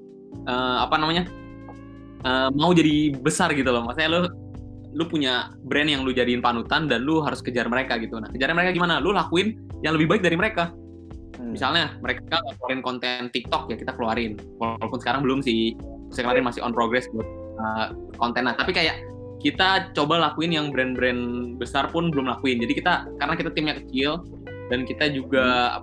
mau jadi besar gitu loh. Maksudnya lu punya brand yang lu jadiin panutan dan lu harus kejar mereka gitu. Nah, kejar mereka gimana? Lu lakuin yang lebih baik dari mereka. Misalnya mereka keluarin konten TikTok, ya kita keluarin. Walaupun sekarang belum sih, sekarang masih on progress buat konten. Nah, tapi kayak kita coba lakuin yang brand-brand besar pun belum lakuin. Jadi karena kita timnya kecil dan kita juga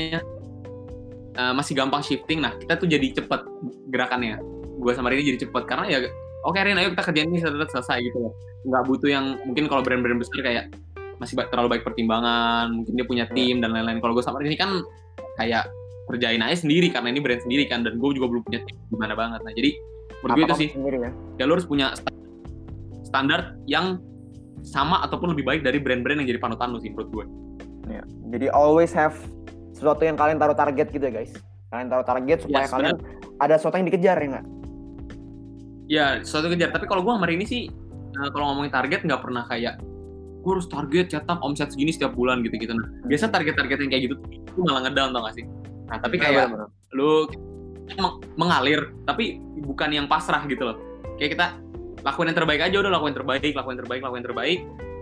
masih gampang shifting. Nah, kita tuh jadi cepet gerakannya. Gue sama Rini jadi cepet karena ya oke Rin, ayo kita kerjain ini selesai gitu loh. Nggak butuh yang mungkin kalau brand-brand besar kayak masih terlalu baik pertimbangan, mungkin dia punya tim dan lain-lain. Kalau gue sama Rini kan kayak kerjain aja sendiri karena ini brand sendiri kan, dan gue juga belum punya tim gimana banget. Nah, jadi menurut gue itu sih ya lu harus punya standar yang sama ataupun lebih baik dari brand-brand yang jadi panutan lu sih menurut gue. Ya, jadi always have sesuatu yang kalian taruh target gitu ya guys. Kalian taruh target supaya kalian ada sesuatu yang dikejar ya nggak? Ya, sesuatu yang dikejar. Tapi kalau gue sama Rini sih kalau ngomongin target nggak pernah kayak gue harus target cetak omset segini setiap bulan gitu-gitu. Nah, biasa target-target yang kayak gitu tuh malah ngedown, tau gak sih? Nah, tapi kayak lu mengalir, tapi bukan yang pasrah gitu loh. Kayak kita lakuin yang terbaik aja, udah lakuin yang terbaik.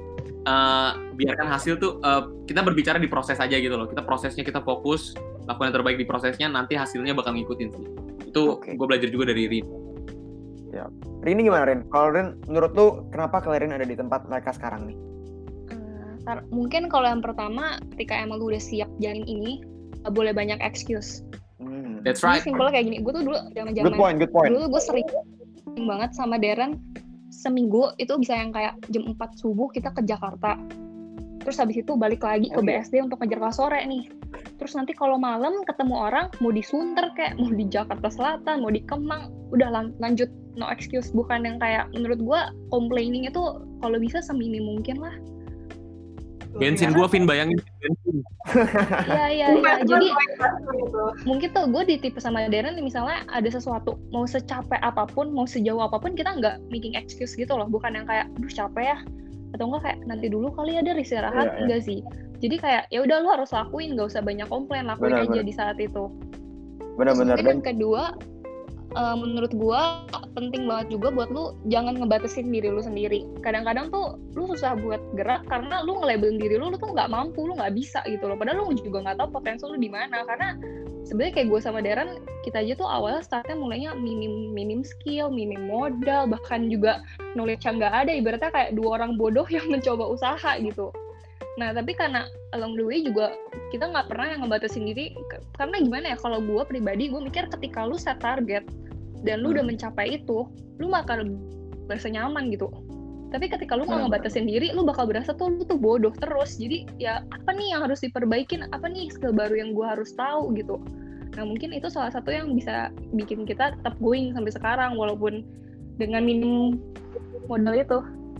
Biarkan hasil tuh kita berbicara di proses aja gitu loh. Prosesnya kita fokus, lakuin yang terbaik di prosesnya, nanti hasilnya bakal ngikutin sih. Itu gue belajar juga dari Rin. Ya. Rini gimana Rin? Kalau Rin, menurut lu kenapa kalian ada di tempat mereka sekarang nih? Mungkin kalau yang pertama, ketika emang lu udah siap jalan ini, gak boleh banyak excuse. That's right. Ini simpel kayak gini. Gue tuh dulu zaman-zaman good point. Dulu gue sering banget sama Darren, seminggu itu bisa yang kayak jam 4 subuh kita ke Jakarta. Terus habis itu balik lagi ke BSD untuk ngejar kelas sore nih. Terus nanti kalau malam ketemu orang, mau di Sunter kayak, mau di Jakarta Selatan, mau di Kemang, udah lanjut, no excuse. Bukan yang kayak, menurut gue complaining itu kalau bisa seminim mungkin lah. Bensin gue, Vin, bayangin bensin. Iya. Jadi mungkin tuh gue di tipe sama Darren misalnya ada sesuatu, mau secapek apapun, mau sejauh apapun, kita nggak making excuse gitu loh. Bukan yang kayak, aduh capek ya, atau enggak kayak nanti dulu kali ada istirahat. Enggak sih. Jadi kayak ya udah lu harus lakuin, nggak usah banyak komplain, lakuin aja di saat itu. Benar-benar. Dan kedua, menurut gua penting banget juga buat lu jangan ngebatasin diri lu sendiri. Kadang-kadang tuh lu susah buat gerak karena lu nge-labelin diri lu tuh nggak mampu, lu nggak bisa gitu loh. Padahal lu juga nggak tahu potensi lu di mana. Karena sebenarnya kayak gue sama Darren, kita aja tuh awalnya startnya mulainya minim skill, minim modal, bahkan juga knowledge yang nggak ada. Ibaratnya kayak dua orang bodoh yang mencoba usaha gitu. Nah, tapi karena along the way juga kita nggak pernah yang ngebatasin diri, karena gimana ya, kalau gue pribadi, gue mikir ketika lu set target dan lu udah mencapai itu, lu bakal berasa nyaman gitu. Tapi ketika lu nggak ngebatasin diri, lu bakal berasa tuh lu tuh bodoh terus. Jadi ya apa nih yang harus diperbaikin, apa nih skill baru yang gue harus tahu gitu. Nah, mungkin itu salah satu yang bisa bikin kita tetap going sampai sekarang walaupun dengan minim modal itu.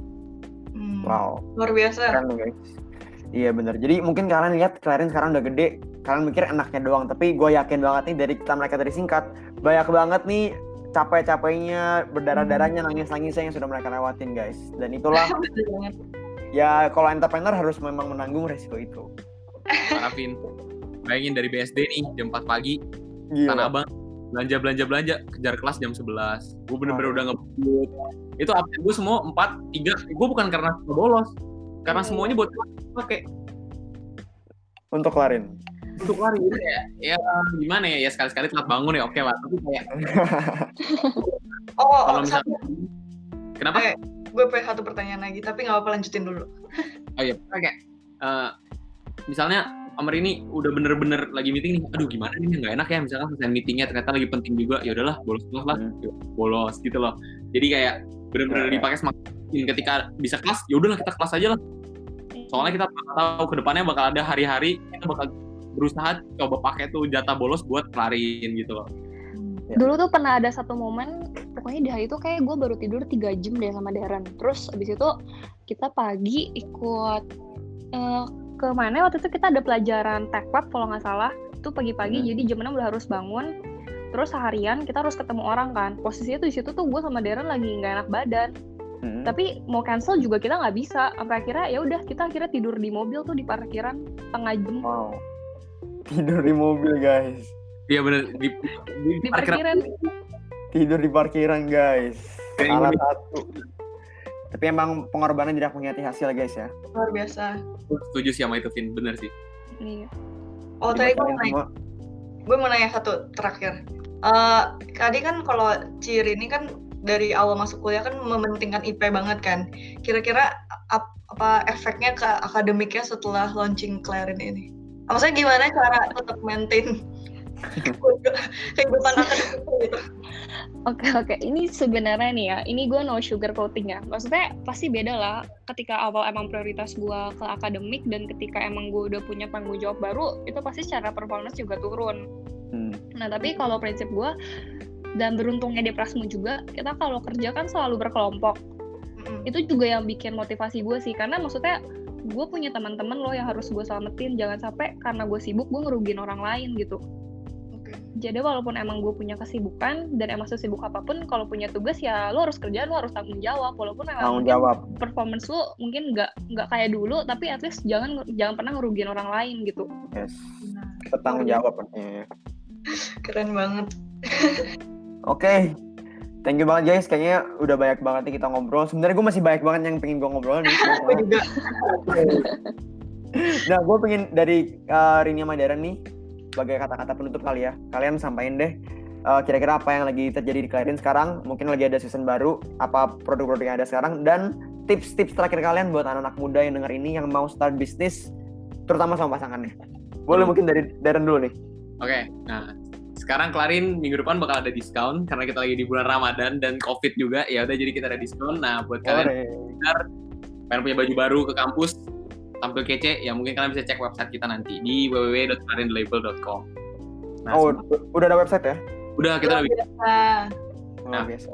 Wow, luar biasa. Keren, guys. Iya benar. Jadi mungkin kalian lihat Clarin sekarang udah gede, kalian mikir enaknya doang, tapi gue yakin banget nih dari kita mereka dari singkat, banyak banget nih capek-capeknya, berdarah-darahnya, nangis-nangisnya yang sudah mereka lewatin guys. Dan itulah ya kalau entrepreneur harus memang menanggung resiko itu. Harapin. Bayangin dari BSD nih jam 4 pagi, Tanah Abang belanja, kejar kelas jam 11. Gue bener-bener udah ngebut. Itu absen gue semua 4, 3. Gue bukan karena bolos, karena semuanya buat pakai untuk Clarin. Untuk lari gitu ya gimana ya sekali-sekali telat bangun ya oke lah, tapi kayak kalau misalnya kenapa? Gue punya satu pertanyaan lagi tapi nggak apa-apa, lanjutin dulu. Oh iya, kayak misalnya Amar ini udah bener-bener lagi meeting nih, aduh gimana nih nggak enak ya misalkan selesai meetingnya ternyata lagi penting juga, ya udahlah bolos lah, bolos gitu loh. Jadi kayak bener-bener dipakai semakin ketika bisa kelas, ya udahlah kita kelas aja lah. Soalnya kita tahu ke depannya bakal ada hari-hari kita bakal berusaha coba pakai tuh jatah bolos buat kelarin gitu loh. Dulu tuh pernah ada satu momen, pokoknya di hari itu kayak gue baru tidur 3 jam deh sama Darren. Terus abis itu kita pagi ikut ke mana waktu itu kita ada pelajaran tech lab kalau nggak salah. Itu pagi-pagi jadi jam 6 udah harus bangun. Terus seharian kita harus ketemu orang kan. Posisinya tuh di situ tuh gue sama Darren lagi nggak enak badan. Tapi mau cancel juga kita nggak bisa. Sampai akhirnya ya udah kita akhirnya tidur di mobil tuh di parkiran setengah jam. Wow. Tidur di mobil guys. Iya bener di parkiran. Tidur di parkiran guys. Salah satu. Tapi emang pengorbanan tidak mengkhianati hasil guys ya. Luar biasa. Setuju sih sama itu Vin, bener sih. Iya. Oh tadi gue mau nanya satu terakhir. Tadi kan kalau Ciri ini kan dari awal masuk kuliah kan mementingkan IP banget kan. Kira-kira apa efeknya ke akademiknya setelah launching Clarin ini? Maksudnya gimana cara tetap maintain kehidupan akademik gitu? Oke. Ini sebenarnya nih ya, ini gue no sugar coating ya. Maksudnya pasti beda lah ketika awal emang prioritas gue ke akademik dan ketika emang gue udah punya tanggung jawab baru, itu pasti secara performance juga turun. Nah tapi kalau prinsip gue, dan beruntungnya di Prasmu juga, kita kalau kerja kan selalu berkelompok. Itu juga yang bikin motivasi gue sih, karena maksudnya gue punya teman-teman loh yang harus gue selamatin, jangan sampai karena gue sibuk gue ngerugiin orang lain gitu. Jadi walaupun emang gue punya kesibukan dan emang sesibuk apapun, kalau punya tugas ya lo harus kerja, lo harus tanggung jawab. Walaupun emang performance lo mungkin nggak kayak dulu, tapi at least jangan pernah ngerugiin orang lain gitu. Yes. Bertanggung jawab artinya. Keren banget. Oke. Thank you banget guys, kayaknya udah banyak banget nih kita ngobrol. Sebenarnya gue masih banyak banget yang pengen gue ngobrol nih. Gue juga. Nah, gue pengen dari Rini sama Darren nih, sebagai kata-kata penutup kali ya. Kalian sampaikan deh kira-kira apa yang lagi terjadi di Clarin sekarang. Mungkin lagi ada season baru, apa produk-produk yang ada sekarang, dan tips-tips terakhir kalian buat anak-anak muda yang denger ini yang mau start bisnis, terutama sama pasangannya. Boleh mungkin dari Darren dulu nih. Oke, nah sekarang Clarin minggu depan bakal ada diskon karena kita lagi di bulan Ramadan dan COVID juga. Ya udah jadi kita ada diskon. Nah, buat kalian yang pengen punya baju baru ke kampus tampil kece, ya mungkin kalian bisa cek website kita nanti di www.clarinlabel.com. Nah, udah ada website ya? Udah, kita udah bikin. Nah, biasa.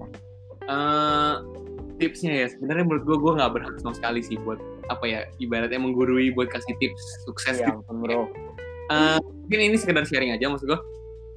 Tipsnya ya, sebenarnya menurut gue nggak berhak sama sekali sih buat apa ya, ibaratnya menggurui buat kasih tips sukses ya, gitu. Bro. Mungkin ini sekedar sharing aja, maksud gue.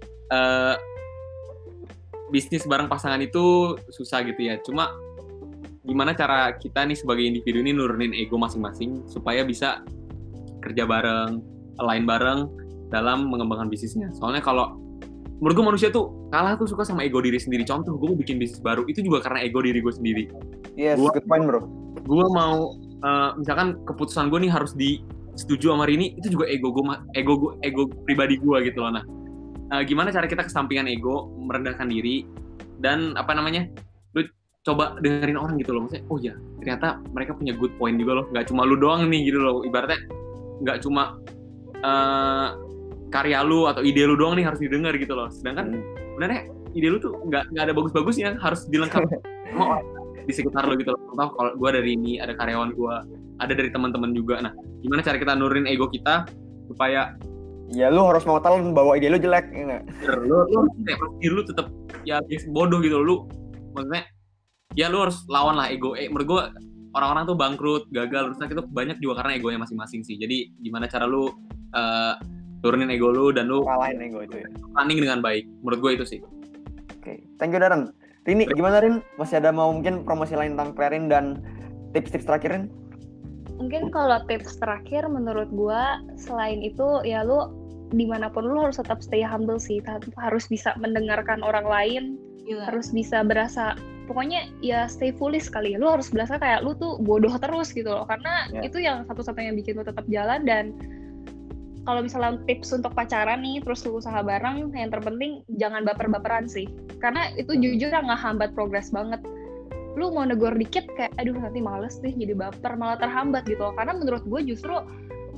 Bisnis bareng pasangan itu susah gitu ya. Cuma gimana cara kita nih sebagai individu ini nurunin ego masing-masing supaya bisa kerja bareng, align bareng dalam mengembangkan bisnisnya. Soalnya kalau menurut gue manusia tuh kalah tuh suka sama ego diri sendiri. Contoh, gue mau bikin bisnis baru itu juga karena ego diri gue sendiri. Yes, good point bro. Gue mau misalkan keputusan gue nih harus disetujui sama Rini, itu juga ego pribadi gue gitu loh. Nah, gimana cara kita kesampingan ego, merendahkan diri, dan lu coba dengerin orang gitu loh. Maksudnya, oh ya ternyata mereka punya good point juga loh, nggak cuma lu doang nih gitu loh. Ibaratnya nggak cuma karya lu atau ide lu doang nih harus didengar gitu loh. Sedangkan sebenarnya ide lu tuh nggak ada bagus-bagusnya, harus dilengkapi sama orang di sekitar lu gitu loh. Contoh kalau gue dari ini, ada karyawan gue, ada dari teman-teman juga. Nah, gimana cara kita nurunin ego kita supaya ya lu harus mau tahu bahwa ide lu jelek, ya nggak? Lu tetap ya bodoh gitu lu. Maksudnya ya lu harus lawan lah ego. Menurut gue orang-orang tuh bangkrut, gagal, terus itu banyak juga karena egonya masing-masing sih. Jadi gimana cara lu turunin ego lu dan lu kalahin ego itu ya. Planning dengan baik. Menurut gue itu sih. Oke, thank you Darren. Rini, gimana Rin? Masih ada mau mungkin promosi lain tentang Clarin dan tips-tips terakhir Rin? Mungkin kalau tips terakhir menurut gue, selain itu ya lu dimanapun lu harus tetap stay humble sih, harus bisa mendengarkan orang lain, harus bisa berasa, pokoknya ya stay foolish kali, lu harus berasa kayak lu tuh bodoh terus gitu loh, karena itu yang satu-satunya yang bikin lu tetap jalan. Dan kalau misalnya tips untuk pacaran nih, terus lu usaha bareng, yang terpenting jangan baper-baperan sih, karena itu jujur ngehambat progres banget. Lu mau negor dikit kayak aduh nanti males deh jadi baper, malah terhambat gitu loh. Karena menurut gue justru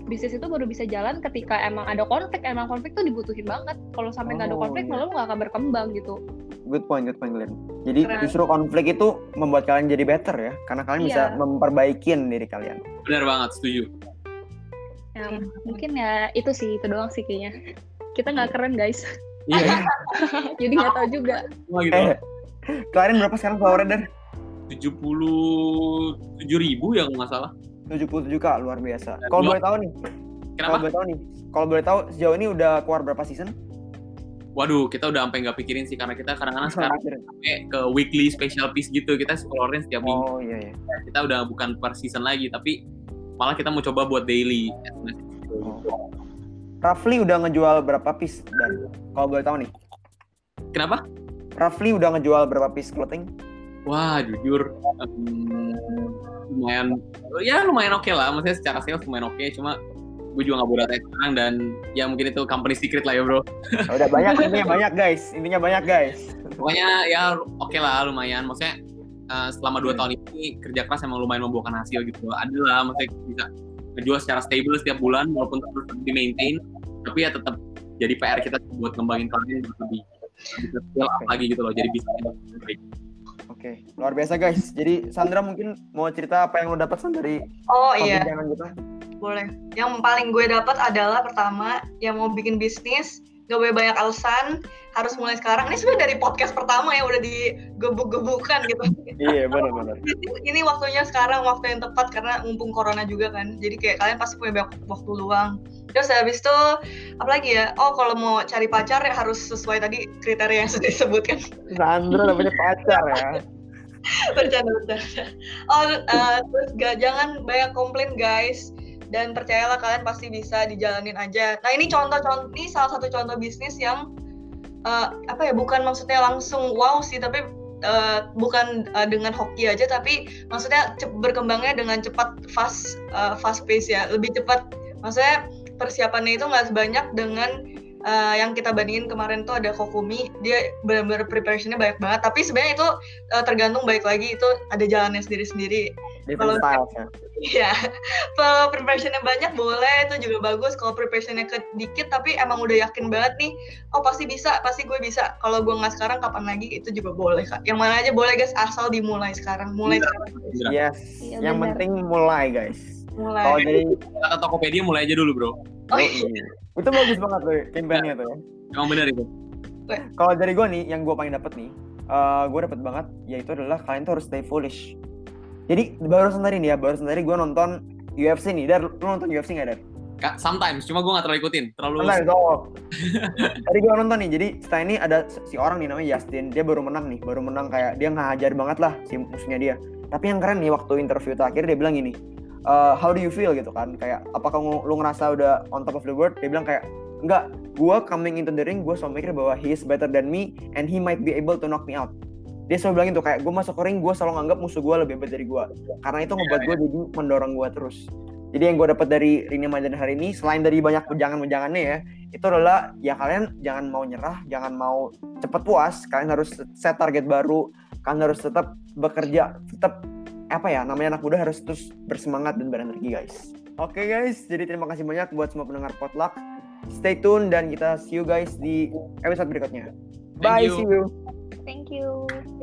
bisnis itu baru bisa jalan ketika emang ada konflik. Emang konflik tuh dibutuhin banget. Kalau sampai nggak ada konflik, malah nggak akan berkembang gitu. Good point Glenn. Jadi Keren. justru konflik itu membuat kalian jadi better ya, karena kalian bisa memperbaikin diri kalian. Benar banget, setuju. Ya, mungkin ya itu doang sih kayaknya. Kita nggak keren guys. Iya. Jadi nggak tahu juga. Cuma gitu. Kalian berapa sekarang followernya, Der? 77.000 ya kalau nggak salah. 77k, luar biasa. Dan Kalau dua- boleh tahu nih, Kenapa? kalau boleh tahu sejauh ini udah keluar berapa season? Waduh, kita udah sampai nggak pikirin sih karena kita kadang-kadang sekarang sampai ke weekly special piece gitu. Kita scrolling setiap minggu. Oh iya. Kita udah bukan per season lagi, tapi malah kita mau coba buat daily. Roughly udah ngejual berapa piece, Dan? Kalau boleh tahu nih. Kenapa? Roughly udah ngejual berapa piece clothing? Wah, jujur lumayan oke lah. Maksudnya secara sales lumayan oke, cuma gue juga nggak bodoh sekarang dan ya mungkin itu company secret lah ya bro. Udah intinya banyak guys. Pokoknya ya oke lah, lumayan. Maksudnya selama 2 tahun ini kerja keras emang lumayan membuahkan hasil gitu. Ada lah, maksudnya bisa ngejual secara stable setiap bulan walaupun terus di maintain, tapi ya tetap jadi PR kita buat ngembangin kalian lebih scale up lagi gitu loh, jadi bisa lebih baik. Oke, luar biasa guys. Jadi Sandra mungkin mau cerita apa yang lo dapat dari perbincangan kita? Boleh. Yang paling gue dapat adalah pertama, yang mau bikin bisnis gak boleh banyak alasan, harus mulai sekarang. Ini sebenarnya dari podcast pertama ya udah digebuk-gebukan gitu. Iya benar. Ini waktunya sekarang, waktu yang tepat karena mumpung corona juga kan. Jadi kayak kalian pasti punya banyak waktu luang. Terus habis itu apalagi ya? Oh kalau mau cari pacar ya harus sesuai tadi kriteria yang sudah disebutkan. Sandra udah punya pacar ya. Bercanda. Terus jangan banyak komplain guys. Dan percayalah kalian pasti bisa dijalanin aja. Nah ini ini salah satu contoh bisnis yang bukan maksudnya langsung wow sih, tapi bukan dengan hoki aja, tapi maksudnya berkembangnya dengan cepat, fast pace ya, lebih cepat. Maksudnya persiapannya itu nggak sebanyak dengan yang kita bandingin kemarin tuh ada Kokumi, dia benar-benar preparationnya banyak banget. Tapi sebenarnya itu tergantung, balik lagi itu ada jalannya sendiri-sendiri. Different styles ya. Iya, kalau preparationnya banyak boleh, itu juga bagus. Kalau preparationnya dikit tapi emang udah yakin banget nih, oh pasti gue bisa. Kalau gue nggak sekarang kapan lagi, itu juga boleh kak. Yang mana aja boleh guys, asal dimulai sekarang. Sekarang. Yes, Iya, yang benar. penting mulai guys. Kalau jadi Kata Tokopedia mulai aja dulu bro. itu bagus banget tuh campaign-nya tuh ya. Emang bener itu. Kalau dari gue nih, yang gue paling dapet nih, gue dapet banget, yaitu adalah kalian tuh harus stay foolish. Jadi barusan tadi gue nonton UFC nih. Dar, lu nonton UFC nggak, Dar? Sometimes, cuma gue nggak terlalu ikutin. Tadi gue nonton nih, jadi setelah ini ada si orang nih namanya Justin. Dia baru menang kayak dia ngajar banget lah si musuhnya dia. Tapi yang keren nih, waktu interview terakhir dia bilang gini, how do you feel gitu kan, kayak apakah lu ngerasa udah on top of the world? Dia bilang kayak, enggak, gue coming into the ring, gue selalu mikir bahwa he is better than me and he might be able to knock me out. Dia selalu bilang itu, kayak gue masuk ke ring, gue selalu nganggap musuh gue lebih hebat dari gue, karena itu ngebuat gue jadi mendorong gue terus. Jadi yang gue dapat dari Rini Majan hari ini, selain dari banyak wejangan-wejangannya ya, itu adalah ya kalian jangan mau nyerah, jangan mau cepet puas, kalian harus set target baru, kalian harus tetap bekerja, tetap namanya anak muda harus terus bersemangat dan berenergi guys. Oke guys, jadi terima kasih banyak buat semua pendengar Potluck. Stay tune dan kita see you guys di episode berikutnya. Bye, see you. Thank you.